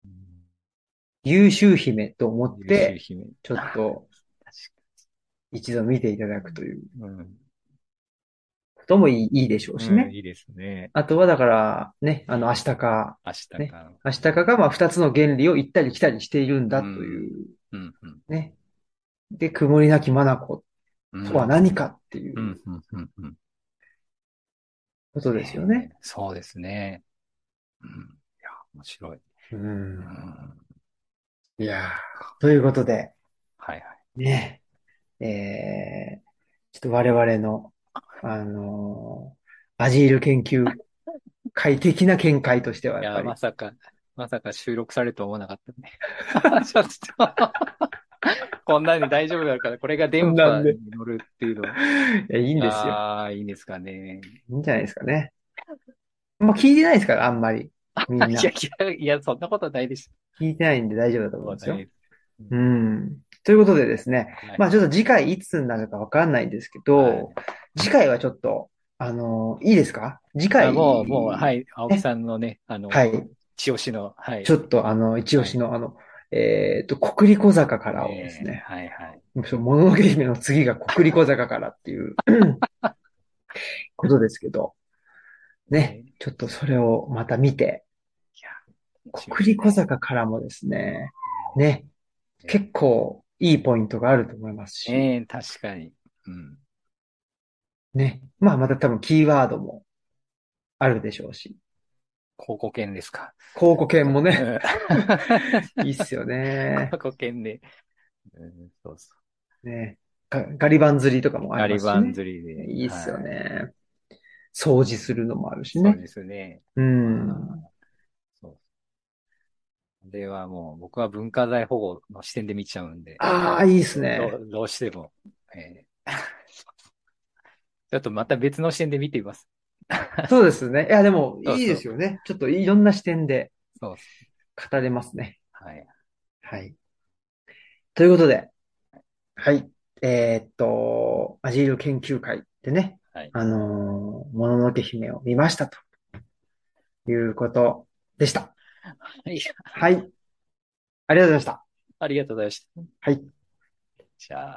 S2: うん
S1: 優秀姫と思っ
S2: 優秀
S1: て、
S2: 姫。
S1: ちょっと
S2: 確
S1: 一度見ていただ
S2: かに。
S1: くという
S2: うん。
S1: こともいいでしょうし
S2: うん、
S1: ね。
S2: いいですね。
S1: あとはだからね、アシタカ、
S2: 明日
S1: ね。
S2: か。
S1: アシタカがまあ二つの原理を行ったり来たりしているん
S2: う
S1: だとい
S2: ん。
S1: う
S2: うん、うん、
S1: ね。で、曇りなき眼
S2: うん。
S1: とは何かってい
S2: うん、
S1: う
S2: うん、うん、うん。
S1: ことですよね。
S2: そうですね。うん。いや、面白い。
S1: う
S2: う
S1: ん。
S2: ん。
S1: いやー、ということで、
S2: はいはい。
S1: ね、ちょっと我々の、アジール研究会的な見解としては
S2: いや、
S1: やっぱり、
S2: まさか収録されると思わなかったね。ちょっとこんなんで大丈夫だから、これが
S1: こん
S2: 電波
S1: なんで。
S2: に乗るっていうのは。
S1: いや、いい
S2: い
S1: んですよ。
S2: やー、いいんですかね。
S1: いいんじゃないですかね。まあ聞いてないですから、あんまり。みんな。
S2: いや、そんなことないです。
S1: 聞いてないんで大丈夫だと思いますよ。
S2: そうないです。う
S1: う
S2: ん
S1: ん。ということでですね。
S2: はい。
S1: まあちょっと次回いつになるかわかんないんですけど、
S2: はい。
S1: 次回はちょっと、いいですか？次
S2: あ、もう、は
S1: 回、
S2: い。青木
S1: ね。
S2: さんのね、
S1: はい。
S2: 一押しの、はい。
S1: ちょっと一押
S2: はい。
S1: しの国立小坂からをです
S2: ねえ、
S1: ね、
S2: はいはい。
S1: もののけ姫の次が国立小坂からっていうことですけど、ね。
S2: ね
S1: ちょっとそれをまた見て、
S2: いや、面白いで
S1: 国立小
S2: すね。
S1: 坂からもですね、ね。結構いいポイントがあると思いますし、
S2: ねえ、確かに。うん。
S1: ね。まあまた多分キーワードもあるでしょうし、
S2: 考古研ですか。
S1: 考古研もね、
S2: うん。
S1: いいっすよね。
S2: 考古研で。うん、そうそ
S1: ね。ガリバン釣りとか
S2: う。
S1: もあり
S2: ガリバン
S1: ますしね。
S2: 釣りで。
S1: いいっすよ
S2: はい。
S1: ね。 掃除するのもあるしね。
S2: そうですね。
S1: う
S2: ま
S1: ん。
S2: あ、そう。ではもう、僕は文化財保護の視点で見ちゃうんで、
S1: ああ、いいですね。
S2: どうしても、ちょっとまた別の視点で見てみます。
S1: そうですね。いや、でも、いい
S2: そうそう。
S1: ですよね。ちょっといろんな視点で
S2: そうそう。
S1: 語れますね。
S2: はい。
S1: はい。ということで、はい。アジール研究会でね、
S2: はい。
S1: もののけ姫を見ましたということでした。
S2: はい。
S1: はい。ありがとうございました。
S2: ありがとうございました。
S1: はい。
S2: じゃあ。